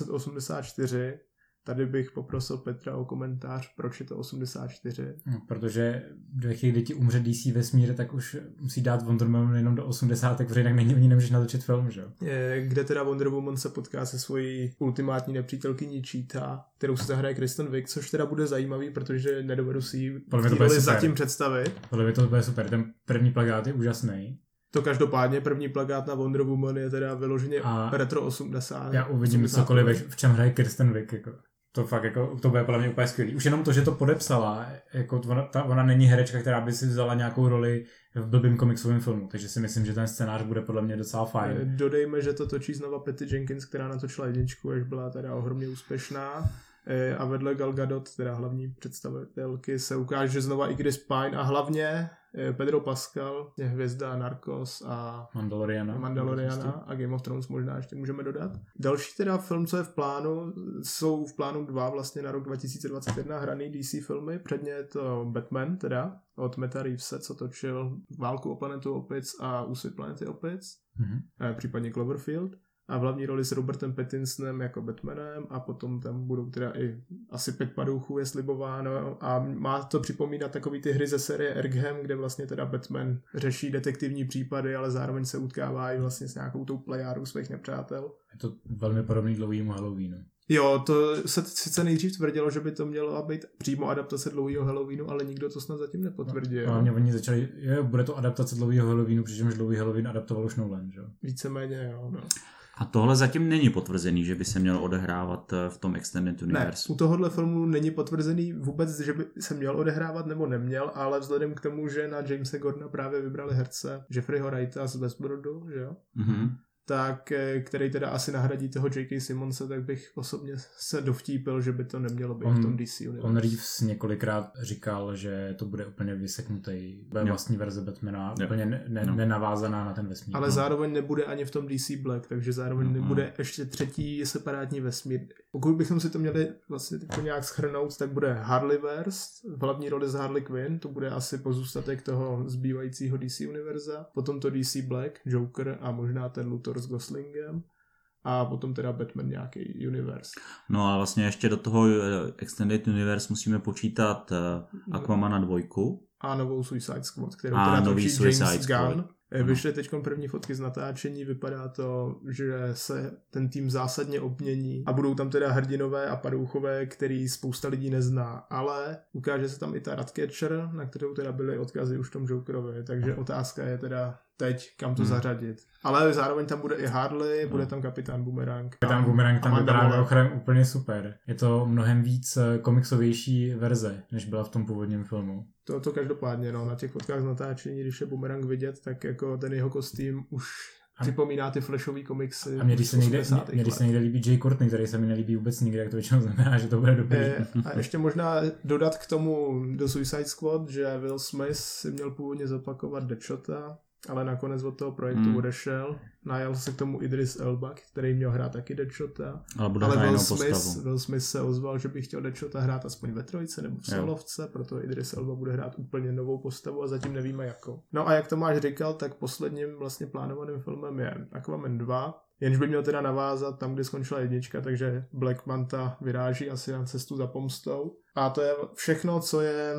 1984. Tady bych poprosil Petra o komentář, proč je to 84. Protože ve chvíli, kdy ti umře DC vesmír, tak už musí dát Wonder Woman jenom do 80, protože jinak není, nemůžeš natočit film, že jo? Kde teda Wonder Woman se potká se svojí ultimátní nepřítelkyní Cheetah, kterou se zahraje Kristen Wiig, což teda bude zajímavý, protože nedovedu si ji zatím představit. Podle mě to bude super, ten první plakát je úžasný. To každopádně první plakát na Wonder Woman je teda vyloženě retro 80. Já uvidím cokoliv, v čem hraje Kristen Wiig, jako. To fakt jako, to bude podle mě úplně skvělý. Už jenom to, že to podepsala, jako ona není herečka, která by si vzala nějakou roli v blbým komiksovém filmu, takže si myslím, že ten scénář bude podle mě docela fajn. Dodejme, že to točí znova Patty Jenkins, která natočila jedničku, až byla teda ohromně úspěšná. A vedle Gal Gadot, teda hlavní představitelky, se ukáže znova i Chris Pine a hlavně Pedro Pascal, je hvězda Narcos a Mandaloriana a Game of Thrones možná ještě můžeme dodat. Další teda film, co je v plánu, jsou v plánu 2 vlastně na rok 2021 hraný DC filmy. Předně je to Batman teda od Matta Reevese, co točil Válku o planetu opic a Úsvit planety opic, případně Cloverfield. a v hlavní roli s Robertem Pattinsonem jako Batmanem a potom tam budou teda i asi 5 padouchů je slibováno a má to připomínat takový ty hry ze série Arkham, kde vlastně teda Batman řeší detektivní případy, ale zároveň se utkává i vlastně s nějakou tou plejádou svých nepřátel. Je to velmi podobný dlouhýmu Halloweenu. Jo, to se sice nejdřív tvrdilo, že by to mělo být přímo adaptace dlouhého Halloweenu, ale nikdo to snad zatím nepotvrdil. No, hlavně oni začali, bude to adaptace dlouhého Halloweenu, přičemž dlouhý Halloween adaptoval už Nolan, že? Víceméně, jo, no. A tohle zatím není potvrzený, že by se měl odehrávat v tom Extended Universe. Ne, u tohohle filmu není potvrzený vůbec, že by se měl odehrávat nebo neměl, ale vzhledem k tomu, že na Jamesa Gordona právě vybrali herce Jeffreyho Wrighta z Westworldu, že jo? Mm-hmm. Tak, který teda asi nahradí toho J.K. Simonse, tak bych osobně se dovtípil, že by to nemělo být v tom DC universe. On Reeves několikrát říkal, že to bude úplně vyseknutý vlastní verze Batmana, úplně nenavázaná na ten vesmír. Ale zároveň nebude ani v tom DC Black, takže zároveň nebude ještě třetí separátní vesmír. Pokud bychom si to měli vlastně nějak shrnout, tak bude Harleyverse, v hlavní roli z Harley Quinn, to bude asi pozůstatek toho zbývajícího DC univerza, potom to DC Black, Joker a možná ten Luthor s Goslingem a potom teda Batman nějaký universe. No a vlastně ještě do toho Extended Universe musíme počítat Aquamana 2. A novou Suicide Squad, kterou a teda nový točí James Suicide Gunn. Vyšly teď první fotky z natáčení, vypadá to, že se ten tým zásadně obmění a budou tam teda hrdinové a padouchové, který spousta lidí nezná, ale ukáže se tam i ta Ratcatcher, na kterou teda byly odkazy už v tom Jokerovi, takže otázka je teda teď, kam to zařadit. Ale zároveň tam bude i Harley, bude tam Kapitán Boomerang. Kapitán Boomerang tam vypadá mimochodem úplně super. Je to mnohem víc komiksovější verze, než byla v tom původním filmu. To každopádně, no, na těch fotkách z natáčení, když je Boomerang vidět, tak jako ten jeho kostým už připomíná ty flashový komiksy. A mě se někde líbí Jay Courtney, který se mi nelíbí vůbec nikdy, jak to většinou znamená, že to bude dobrý. A ještě možná dodat k tomu do Suicide Squad, že Will Smith si měl původně zopakovat Deadshota, ale nakonec od toho projektu odešel. Najal se k tomu Idris Elba, který měl hrát taky Deadshota. Ale Will Smith se ozval, že by chtěl Deadshota hrát aspoň ve trojce nebo v solovce, proto Idris Elba bude hrát úplně novou postavu a zatím nevíme jakou. No a jak Tomáš říkal, tak posledním vlastně plánovaným filmem je Aquaman 2, jenž by měl teda navázat tam, kde skončila jednička, takže Black Manta vyráží asi na cestu za pomstou. A to je všechno, co je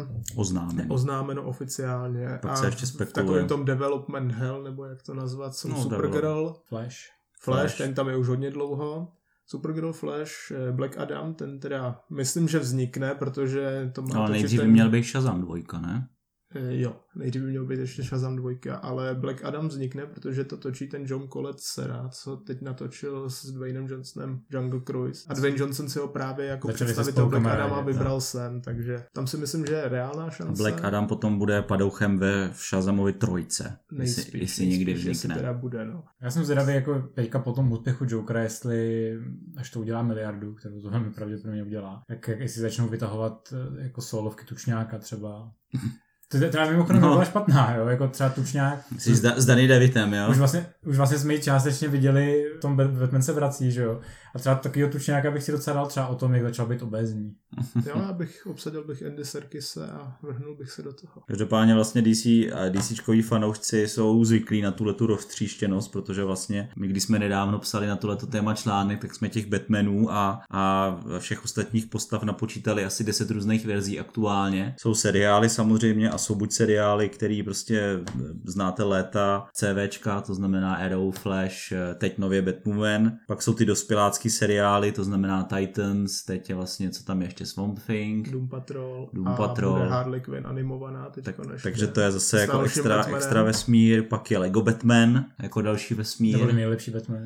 oznámeno oficiálně. Pak se ještě spekuluje. V takovém tom development hell, nebo jak to nazvat, Supergirl. Flash, ten tam je už hodně dlouho. Supergirl, Flash, Black Adam, ten teda myslím, že vznikne, protože to má... Ale nejdřív by měl být Shazam 2, ne? Jo, nejdřív by měl být ještě Shazam 2, ale Black Adam vznikne, protože to točí ten John Collett-Serra, co teď natočil s Dwaynem Johnsonem Jungle Cruise. A Dwayne Johnson si ho právě jako představitel Black Adama vybral sem, takže tam si myslím, že je reálná šance. Black Adam potom bude padouchem ve Shazamovi 3. Jestli někdy vznikne. Teda bude, no. Já jsem zvědavý jako teďka po tom úspěchu Jokera, jestli až to udělá miliardu, kterou to velmi pravděpodobně udělá, tak jestli začnou vytahovat jako solovky tučňáka třeba. To teda mimochodem byla špatná, jo, jako třeba tučňák. Jsi s Danny DeVitem, jo? Už vlastně jsme ji částečně viděli, v tom Batman se vrací, že jo. A třeba takovýho tučňáka bych si docela dal třeba o tom, jak začal být obézní. Jo, obsadil bych Andy Serkise a vrhnul bych se do toho. Každopádně vlastně DC a DCčkoví fanoušci jsou zvyklí na tuhletu roztříštěnost, protože vlastně my, když jsme nedávno psali na tohleto téma článek, tak jsme těch Batmanů a všech ostatních postav napočítali asi 10 různých verzí aktuálně. Jsou seriály samozřejmě a jsou buď seriály, který prostě znáte léta, CVčka, to znamená Arrow, Flash, teď nově Batwoman, pak jsou ty dospělácký seriály, to znamená Titans, teď je vlastně, co tam je ještě, Swamp Thing, Doom Patrol a bude Harley Quinn animovaná teďko takže to je zase jako extra vesmír, pak je Lego Batman jako další vesmír. Nebo nejlepší Batman.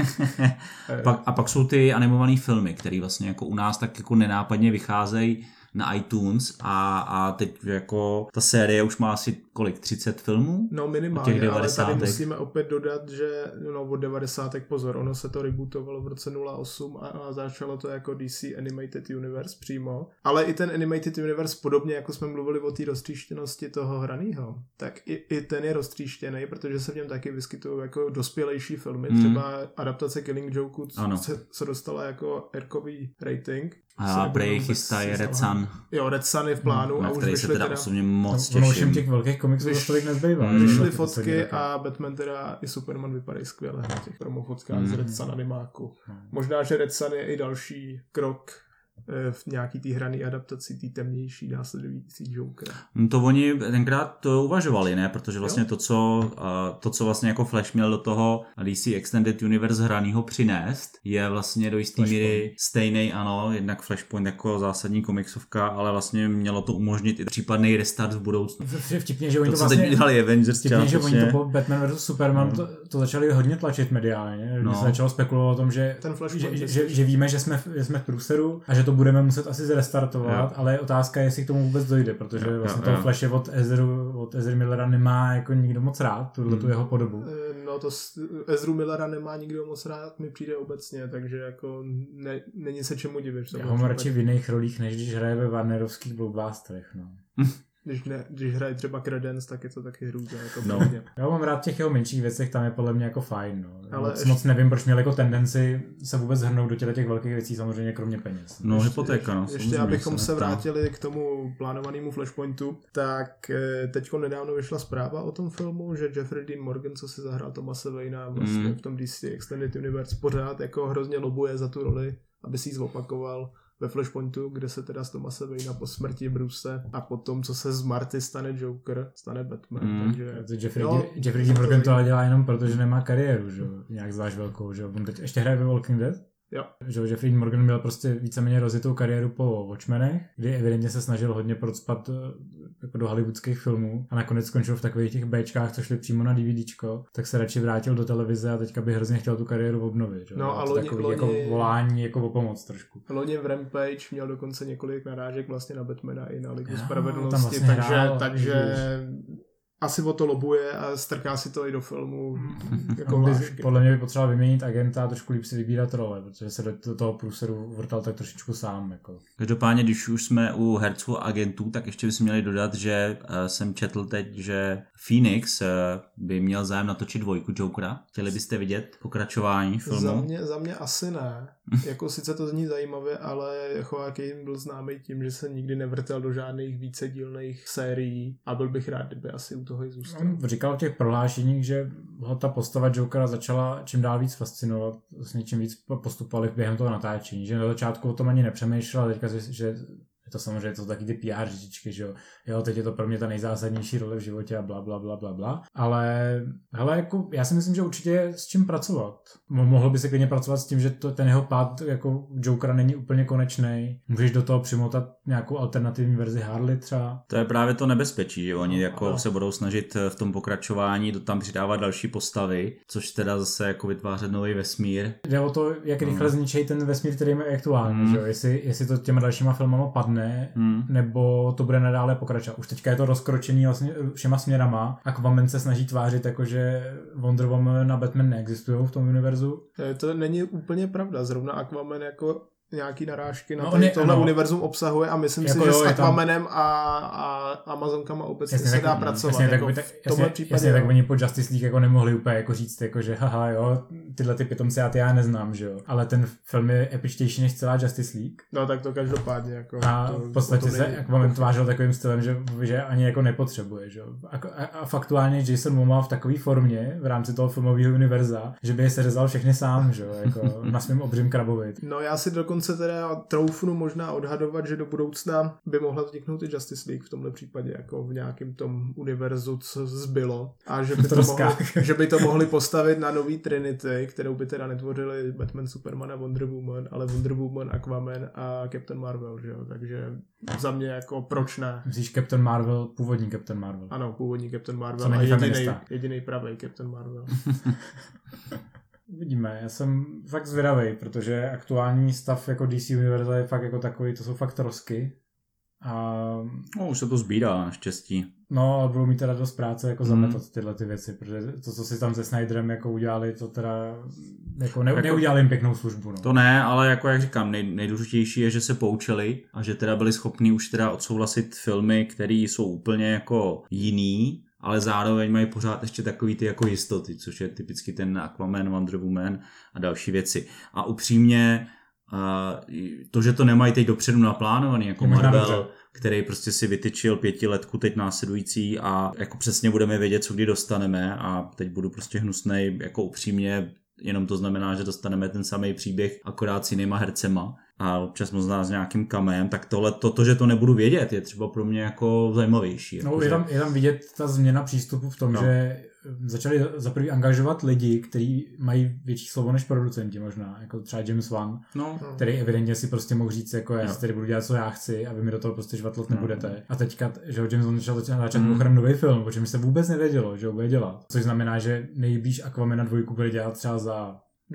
pak jsou ty animované filmy, které vlastně jako u nás tak jako nenápadně vycházejí na iTunes a teď jako ta série už má asi kolik, 30 filmů? No minimálně, ale tady musíme opět dodat, že od 90. pozor, ono se to rebootovalo v roce 2008 a začalo to jako DC Animated Universe přímo, ale i ten Animated Universe podobně jako jsme mluvili o té roztříštěnosti toho hranýho, tak i ten je roztříštěný, protože se v něm taky vyskytují jako dospělejší filmy, třeba adaptace Killing Joke se dostala jako R-kový rating. A Bray chystají Red Sun. Jo, Red Sun je v plánu a už který se teda osobně moc těším. Ono všem těch velkých komiksů tolik nezbývá. Vyšly fotky a Batman teda i Superman vypadají skvěle na těch promofotkách z Red Sun animáku. Možná, že Red Sun je i další krok v nějaký té hraný adaptaci té temnější následující Jokera. To oni tenkrát to uvažovali, ne? Protože vlastně to, co vlastně jako Flash měl do toho DC Extended Universe hranýho přinést, je vlastně do jistý míry stejný, ano, jednak Flashpoint jako zásadní komiksovka, ale vlastně mělo to umožnit i případný restart v budoucnu. Vtipně, že oni to vlastně teď dělali Avengers vtipně, že oni to po Batman vs. Superman to začali hodně tlačit mediálně. Se začalo spekulovat o tom, že víme, že jsme v průseru a že to budeme muset asi zrestartovat, ale je otázka, jestli k tomu vůbec dojde, protože vlastně toho Flashe od Ezra Millera nemá jako nikdo moc rád, tu jeho podobu. No to Ezru Millera nemá nikdo moc rád, mi přijde obecně, takže jako není se čemu divit. Já ho mám radši v jiných rolích, než když hraje ve Warnerovských blockbusterech, no. Když hraje třeba Credence, tak je to taky hrůza. Jako Já mám rád těch jeho menších věcech, tam je podle mě jako fajn. No. Ale moc nevím, proč měl jako tendenci se vůbec hrnout do těch velkých věcí, samozřejmě kromě peněz. No, hypotéka. No, ještě abychom se vrátili k tomu plánovanému Flashpointu, tak teďko nedávno vyšla zpráva o tom filmu, že Jeffrey Dean Morgan, co si zahrál Thomase Wayna vlastně v tom DC Extended Universe, pořád jako hrozně lobuje za tu roli, aby si ji zopakoval ve Flashpointu, kde se teda z Thomase Wayna po smrti Bruce a potom, co se z Marty stane Joker, stane Batman. Takže Jeffrey Dean Morgan to dělá jenom proto, že nemá kariéru, že? Nějak zvlášť velkou. Že? On teď ještě hraje ve Walking Dead. Jo. Že Jeffrey Dean Morgan měl prostě víceméně rozjetou kariéru po Watchmenech, kdy evidentně se snažil hodně procpat jako do hollywoodských filmů a nakonec skončil v takových těch Bčkách, co šli přímo na DVDčko, tak se radši vrátil do televize a teďka by hrozně chtěl tu kariéru obnovit. Že? No a loni, jako volání jako o pomoc trošku. Loni v Rampage měl dokonce několik narážek vlastně na Batmana i na Ligu spravedlnosti, vlastně takže asi o to lobuje a strká si to i do filmu. Jako podle mě by potřeboval vyměnit agenta a trošku líp si vybírat role, protože se do toho průseru vrtal tak trošičku sám. Jako. Každopádně, když už jsme u herců a agentů, tak ještě bychom měli dodat, že jsem četl teď, že Phoenix by měl zájem natočit 2 Jokera. Chtěli byste vidět pokračování filmu? Za mě asi ne. Jako sice to zní zajímavě, ale Joaquin byl známý tím, že se nikdy nevrtel do žádných vícedílných sérií a byl bych rád, kdyby asi u toho i zůstal. On říkal v těch prohlášeních, že ho ta postava Jokera začala čím dál víc fascinovat, vlastně čím víc postupovali během toho natáčení, že na začátku o tom ani nepřemýšlel, teďka, že to samozřejmě to taky ty PR řidičky, že jo, teď je to pro mě ta nejzásadnější role v životě a bla, bla, bla, bla, bla. Ale hele, jako, já si myslím, že určitě je s čím pracovat. Mohl by se klidně pracovat s tím, že ten jeho pád jako Jokera není úplně konečný. Můžeš do toho přimotat nějakou alternativní verzi Harley třeba. To je právě to nebezpečí, že oni jako se budou snažit v tom pokračování tam přidávat další postavy, což teda zase jako vytvářet nový vesmír. Jde o to, jak rychle zničí ten vesmír, který je aktuální, že jo? Jestli to těma dalšíma filmama padne, nebo to bude nadále pokračovat. Už teďka je to rozkročený vlastně všema směrama. Aquaman se snaží tvářit jako, že Wonder Woman a Batman neexistují v tom univerzu. To není úplně pravda. Zrovna Aquaman jako nějaký narážky na tohle univerzum obsahuje a myslím jako si, že s Aquamanem a Amazonkama obecně se dá pracovat. Jasně, tak oni po Justice League jako nemohli úplně jako říct, jako, že haha, jo, tyhle ty pitomce já neznám, že jo. Ale ten film je epičtější než celá Justice League. No tak to každopádně. Jako, a v podstatě se Aquaman tvářil takovým stylem, že ani jako nepotřebuje, že jo. A faktuálně Jason Momoa v takové formě v rámci toho filmového univerza, že by je seřezal všechny sám, že jo, jako na svým obřím krabovi. No já si dokonce teda troufnu možná odhadovat, že do budoucna by mohla vzniknout i Justice League v tomhle případě, jako v nějakém tom univerzu, co zbylo. A že by to mohli postavit na nový Trinity, kterou by teda netvořili Batman, Superman a Wonder Woman, ale Wonder Woman, Aquaman a Captain Marvel, že jo. Takže za mě jako proč ne? Myslíš Captain Marvel, původní Captain Marvel? Ano, původní Captain Marvel a jedinej pravý Captain Marvel. Uvidíme, já jsem fakt zvědavý, protože aktuální stav jako DC Universe je fakt jako takový, to jsou fakt trosky. No, už se to sbírá, naštěstí. No, ale budou mít teda dost práce jako zametat tyhle ty věci, protože to, co si tam se Snyderem jako udělali, to teda jako neudělali jim pěknou službu. No. To ne, ale jako jak říkám, nejdůležitější je, že se poučili a že teda byli schopni už teda odsouhlasit filmy, které jsou úplně jako jiný, ale zároveň mají pořád ještě takový ty jako jistoty, což je typicky ten Aquaman, Wonder Woman a další věci. A upřímně A to, že to nemají teď dopředu naplánovaný, jako Marvel, který prostě si vytyčil 5letku teď následující a jako přesně budeme vědět, co kdy dostaneme a teď budu prostě hnusnej, jako upřímně, jenom to znamená, že dostaneme ten samý příběh, akorát s jinýma hercema a občas možná s nějakým kamem, tak to, že to nebudu vědět, je třeba pro mě jako zajímavější. No, je tam vidět ta změna přístupu v tom, že začali za prvý angažovat lidi, kteří mají větší slovo než producenti možná, jako třeba James Wan, který evidentně si prostě mohl říct, jako já si tady budu dělat, co já chci a vy mi do toho prostě žvatlat nebudete. A teďka, že James Wan začal natáčet nový film, o čem se vůbec nevědělo, že ho bude dělat. Což znamená, že nejblíž Aquamena 2 bude dělat třeba za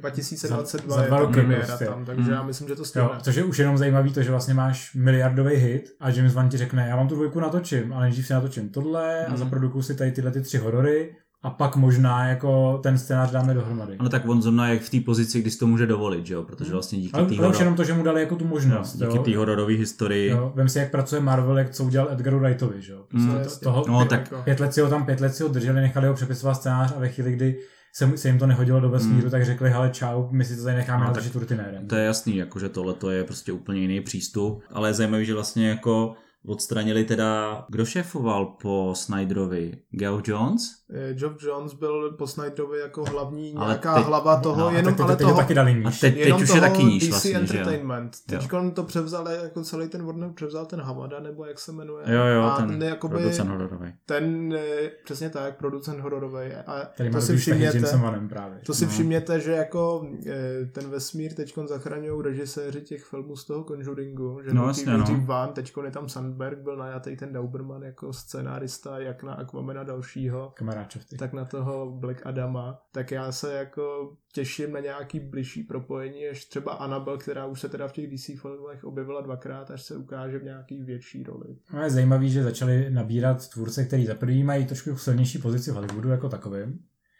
2022 za je 2 roky premiéra prostě. tam, takže já myslím, že to stejné. Což je už jenom zajímavý to, že vlastně máš miliardový hit a James Wan ti řekne, já vám tu 2 natočím, ale nejdřív si natočím tohle a zaprodukuju si tady tyhle 3 horory a pak možná jako ten scénář dáme dohromady. No tak on zrovna je v té pozici, kdy si to může dovolit, že jo, protože vlastně díky ale už jenom to, že mu dali jako tu možnost. Díky té hororové historii. Jo, vem si, jak pracuje Marvel, jak co udělal Edgaru Wrightovi, že jo. Tak 5 let si ho drželi, nechali ho přepisovat scénář a ve chvíli, kdy se jim to nehodilo do vesmíru, tak řekli, hele čau, my si to tady necháme natočit rutinérem. To je jasný, jako, že tohle je prostě úplně jiný přístup, ale je zajímavý, že vlastně jako odstranili teda, kdo šéfoval po Snyderovi? Geoff Johns? Geoff Johns byl po Snyderovi jako hlavní nějaká hlava toho, jenom ale toho taky dali níž. Teď už je taky níž DC vlastně, Entertainment. Teď to převzal, jako celý ten Warner převzal ten Hamada, nebo jak se jmenuje. Jo, ten producent hororový. Ten, přesně tak, producent hororový. A tady to si všimněte, právě. to si všimněte, že jako ten vesmír teďkon zachraňují režiséři těch filmů z toho Conjuringu, že Van, teďkon je tam Sandberg, byl najatý ten Dauberman jako scenárista, jak na Aquamena dalšího, tak na toho Black Adama, tak já se jako těším na nějaký bližší propojení, až třeba Annabelle, která už se teda v těch DC filmech objevila 2krát, až se ukáže v nějaký větší roli. No je zajímavý, že začali nabírat tvůrce, který za první mají trošku silnější pozici v Hollywoodu jako takovým,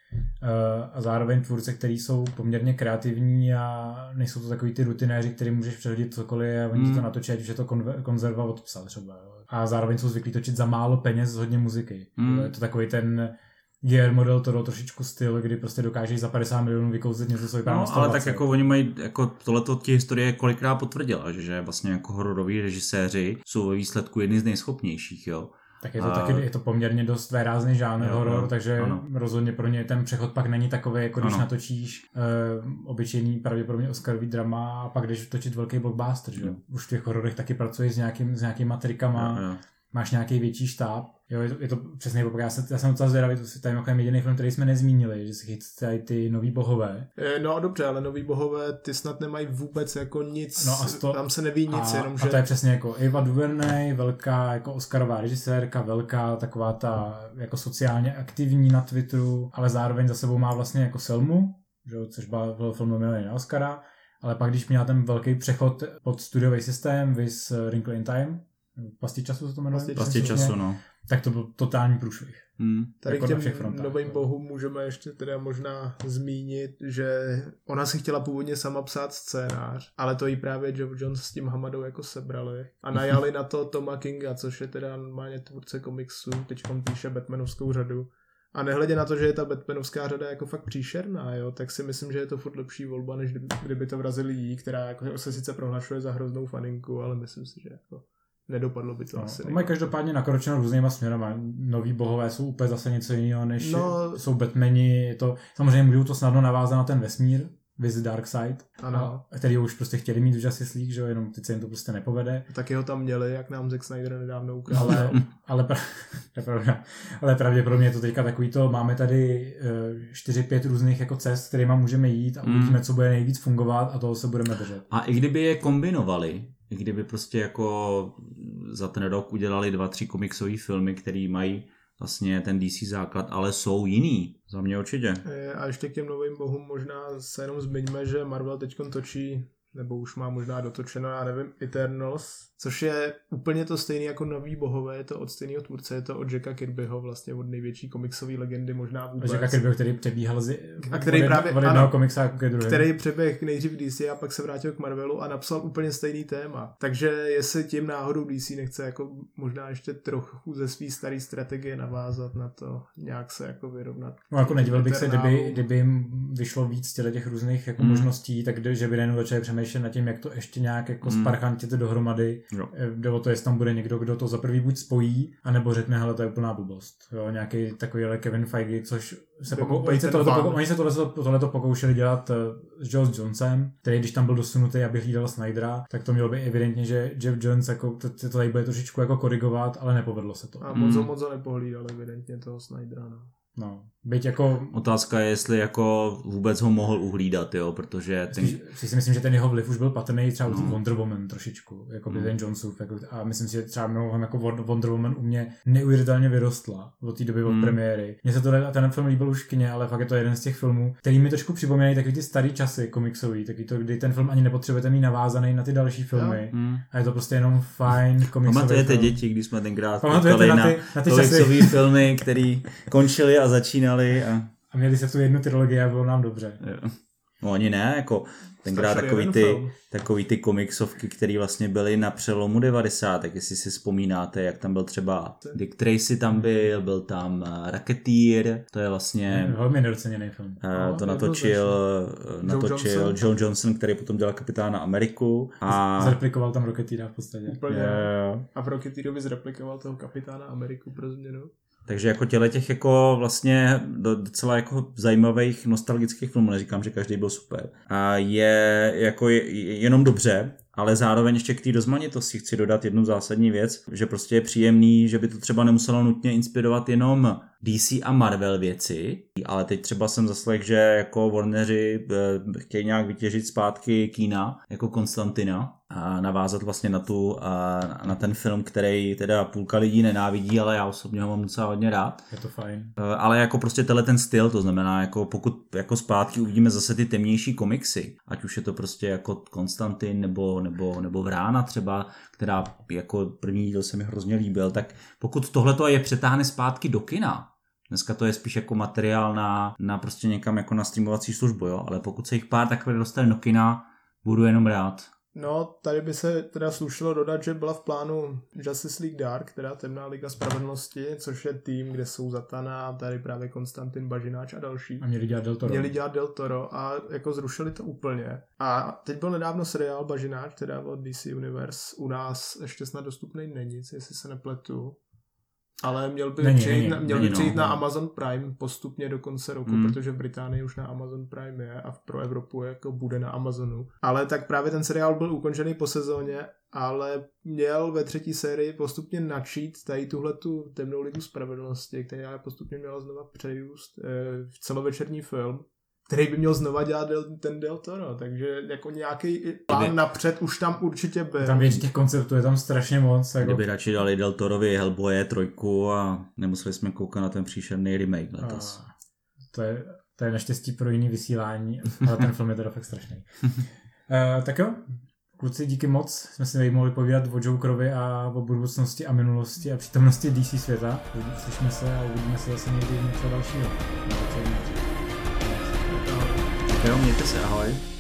a zároveň tvůrce, který jsou poměrně kreativní a nejsou to takový ty rutinéři, který můžeš přehodit cokoliv a oni to natočí, ať už je to konzerva od psa třeba. Jo. A zároveň jsou zvyklí točit za málo peněz hodně muziky. Je to takový ten Guillermo del Toro trošičku styl, kdy prostě dokážeš za 50 milionů vykouzet něco, co vypadá na 120. Ale tak jako oni mají, jako tohleto ti historie kolikrát potvrdila, že vlastně jako hororoví režiséři jsou ve výsledku jedni z nejschopnějších, jo. Tak je to taky, je to poměrně dost svérázný žánr horor, takže rozhodně pro ně ten přechod pak není takový, jako když natočíš obyčejný pravděpodobně Oscarový drama a pak jdeš točit velký blockbuster, že? Už v těch hororech taky pracuješ s nějakýma trikama, máš nějaký větší štáb. Jo, je to přesně poprvé. Já jsem docela zvědavý, to je takový jediný film, který jsme nezmínili, že si chytají ty noví bohové. No dobře, ale noví bohové, ty snad nemají vůbec jako nic, tam se neví nic, jenom že... A to je přesně jako Ava DuVernay, velká jako Oscarová režisérka, velká taková ta jako sociálně aktivní na Twitteru, ale zároveň za sebou má vlastně jako Selmu, že, což byl film nominovaný na Oscara, ale pak když měla ten velký přechod pod studiový systém with Wrinkle in Time, Pasti času se to jmenuje? Pasti času, no. Tak to byl totální průšvih. Tady jako k těm novým bohům můžeme ještě teda možná zmínit, že ona si chtěla původně sama psát scénář, ale to jí právě Geoff Johns s tím Hamadou jako sebrali a najali na to Toma Kinga, což je teda normálně tvůrce komiksu, teďkom píše Batmanovskou řadu. A nehledě na to, že je ta Batmanovská řada jako fakt příšerná, jo, tak si myslím, že je to furt lepší volba, než kdyby to vrazili jí, která jako se sice prohlašuje za hroznou faninku, ale myslím si, že jako nedopadlo by to asi. To mají každopádně nakročeno různýma směrama. Noví bohové jsou úplně zase něco jiného, než jsou Batmani. Samozřejmě můžou to snadno navázat na ten vesmír, With Darkseid, který ho už prostě chtěli mít v Justice League, že jo, jenom teď se jim to prostě nepovede. Taky ho tam měli, jak nám Zack Snyder nedávno ukázal. Ale pravděpodobně je to teďka takový to, máme tady 4-5 různých jako cest, kterýma můžeme jít a uvidíme, co bude nejvíc fungovat a toho se budeme držet. A i kdyby je kombinovali, i kdyby prostě jako za ten rok udělali 2-3 komiksové filmy, který mají vlastně ten DC základ, ale jsou jiný. Za mě určitě. A ještě k těm novým bohům možná se jenom zmiňme, že Marvel teďkon točí, nebo už má možná dotočeno, já nevím, Eternals, což je úplně to stejné jako noví bohové, je to od stejného tvůrce, je to od Jacka Kirbyho, vlastně od největší komiksové legendy možná vůbec. Jacka Kirbyho, který přebíhal od jednoho komiksáku ke druhému. Který přeběh nejdřív DC a pak se vrátil k Marvelu a napsal úplně stejný téma. Takže jestli tím náhodou DC nechce jako možná ještě trochu ze svý starý strategie navázat na to, nějak se jako vyrovnat. No jako nedivil bych se, kdyby jim vyšlo víc těch různých jako možností, tak že by najednou začali přemýšlet přemýšlet nad tím, jak to ještě nějak jako sparchantit dohromady. Jde o to, jestli tam bude někdo, kdo to za prvý buď spojí, anebo řekne, hele, to je úplná blbost. Jo, nějaký takový Kevin Feige, což se oni se tohleto pokoušeli dělat s Josh Johnsonem, který když tam byl dosunutý, aby hlídal Snydera, tak to mělo být evidentně, že Jeff Jones jako to tady bude trošičku jako korigovat, ale nepovedlo se to. A moc ho nepohlídal evidentně toho Snydera, no. No, byť jako... Otázka je, jestli jako vůbec ho mohl uhlídat, jo, protože... Si myslím, že ten jeho vliv už byl patrný třeba u Wonder Woman trošičku, jako by ten Jonesův, jako, a myslím si, že třeba mnohem jako Wonder Woman u mě neuvěřitelně vyrostla od té doby od premiéry. Mně se ten film líbil už v kině, ale fakt je to jeden z těch filmů, který mi trošku připomínají takový ty starý časy komiksový, taky to, kdy ten film ani nepotřebujete mít navázaný na ty další filmy. A je to prostě jenom fajn komiksový film. Pamatujete děti, když jsme tenkrát koukali na ty komiksový filmy, který končili a začínali a měli se tu jednu trilogii a bylo nám dobře. Jo. No oni ne, jako tenkrát takový ty komiksovky, které vlastně byly na přelomu 90, tak jestli si vzpomínáte, jak tam byl třeba Dick Tracy tam byl tam Rocketeer, to je vlastně... Velmi nedoceněný film. To natočil Joe Johnson, který potom dělal Kapitána Ameriku. A zreplikoval tam Rocketeera v podstatě. Úplně. A v Rocketeerovi zreplikoval toho Kapitána Ameriku pro změnu. Takže jako těch jako vlastně docela jako zajímavých nostalgických filmů, neříkám, že každý byl super. A je jako jenom dobře, ale zároveň ještě k té rozmanitosti chci dodat jednu zásadní věc, že prostě je příjemný, že by to třeba nemuselo nutně inspirovat jenom DC a Marvel věci, ale teď třeba jsem zaslech, že jako Warneri chtějí nějak vytěžit zpátky Kína, jako Konstantina, a navázat vlastně na ten film, který teda půlka lidí nenávidí, ale já osobně ho mám docela hodně rád. Je to fajn. Ale jako prostě ten styl, to znamená, jako pokud jako zpátky uvidíme zase ty temnější komiksy, ať už je to prostě jako Konstantin nebo Vrána třeba, která jako první díl se mi hrozně líbil, tak pokud tohleto je přetáhne zpátky do kina, dneska to je spíš jako materiál na prostě někam jako na streamovací službu, jo, ale pokud se jich pár takhle dostane do kina, budu jenom rád. No, tady by se teda slušelo dodat, že byla v plánu Justice League Dark, teda Temná liga spravedlnosti, což je tým, kde jsou Zatanna, tady právě Konstantin Bažináč a další. A měli dělat Del Toro a jako zrušili to úplně. A teď byl nedávno seriál Bažináč, teda od DC Universe, u nás ještě snad dostupný není, jestli se nepletu. Ale měl by přijít na Amazon Prime postupně do konce roku, protože v Británii už na Amazon Prime je a pro Evropu jako bude na Amazonu. Ale tak právě ten seriál byl ukončený po sezóně, ale měl ve 3. sérii postupně načít tady tuhletu Temnou ligu spravedlnosti, která postupně měla znova přejust v celovečerní film, který by měl znova dělat ten Del Toro, takže jako nějaký plán napřed už tam určitě byl. Tam většině těch konceptů je tam strašně moc. Jako... Kdyby radši dali Del Torovi Hellboye 3 a nemuseli jsme koukat na ten příšerný remake letos. To je naštěstí pro jiný vysílání, ale ten film je teda fakt strašný. Tak jo, kluci, díky moc. Jsme si mohli povídat o Jokerovi a o budoucnosti a minulosti a přítomnosti DC světa. Slyšíme se a uvidíme se zase někdy něco dalšího. Jo, mějte se, ahoj.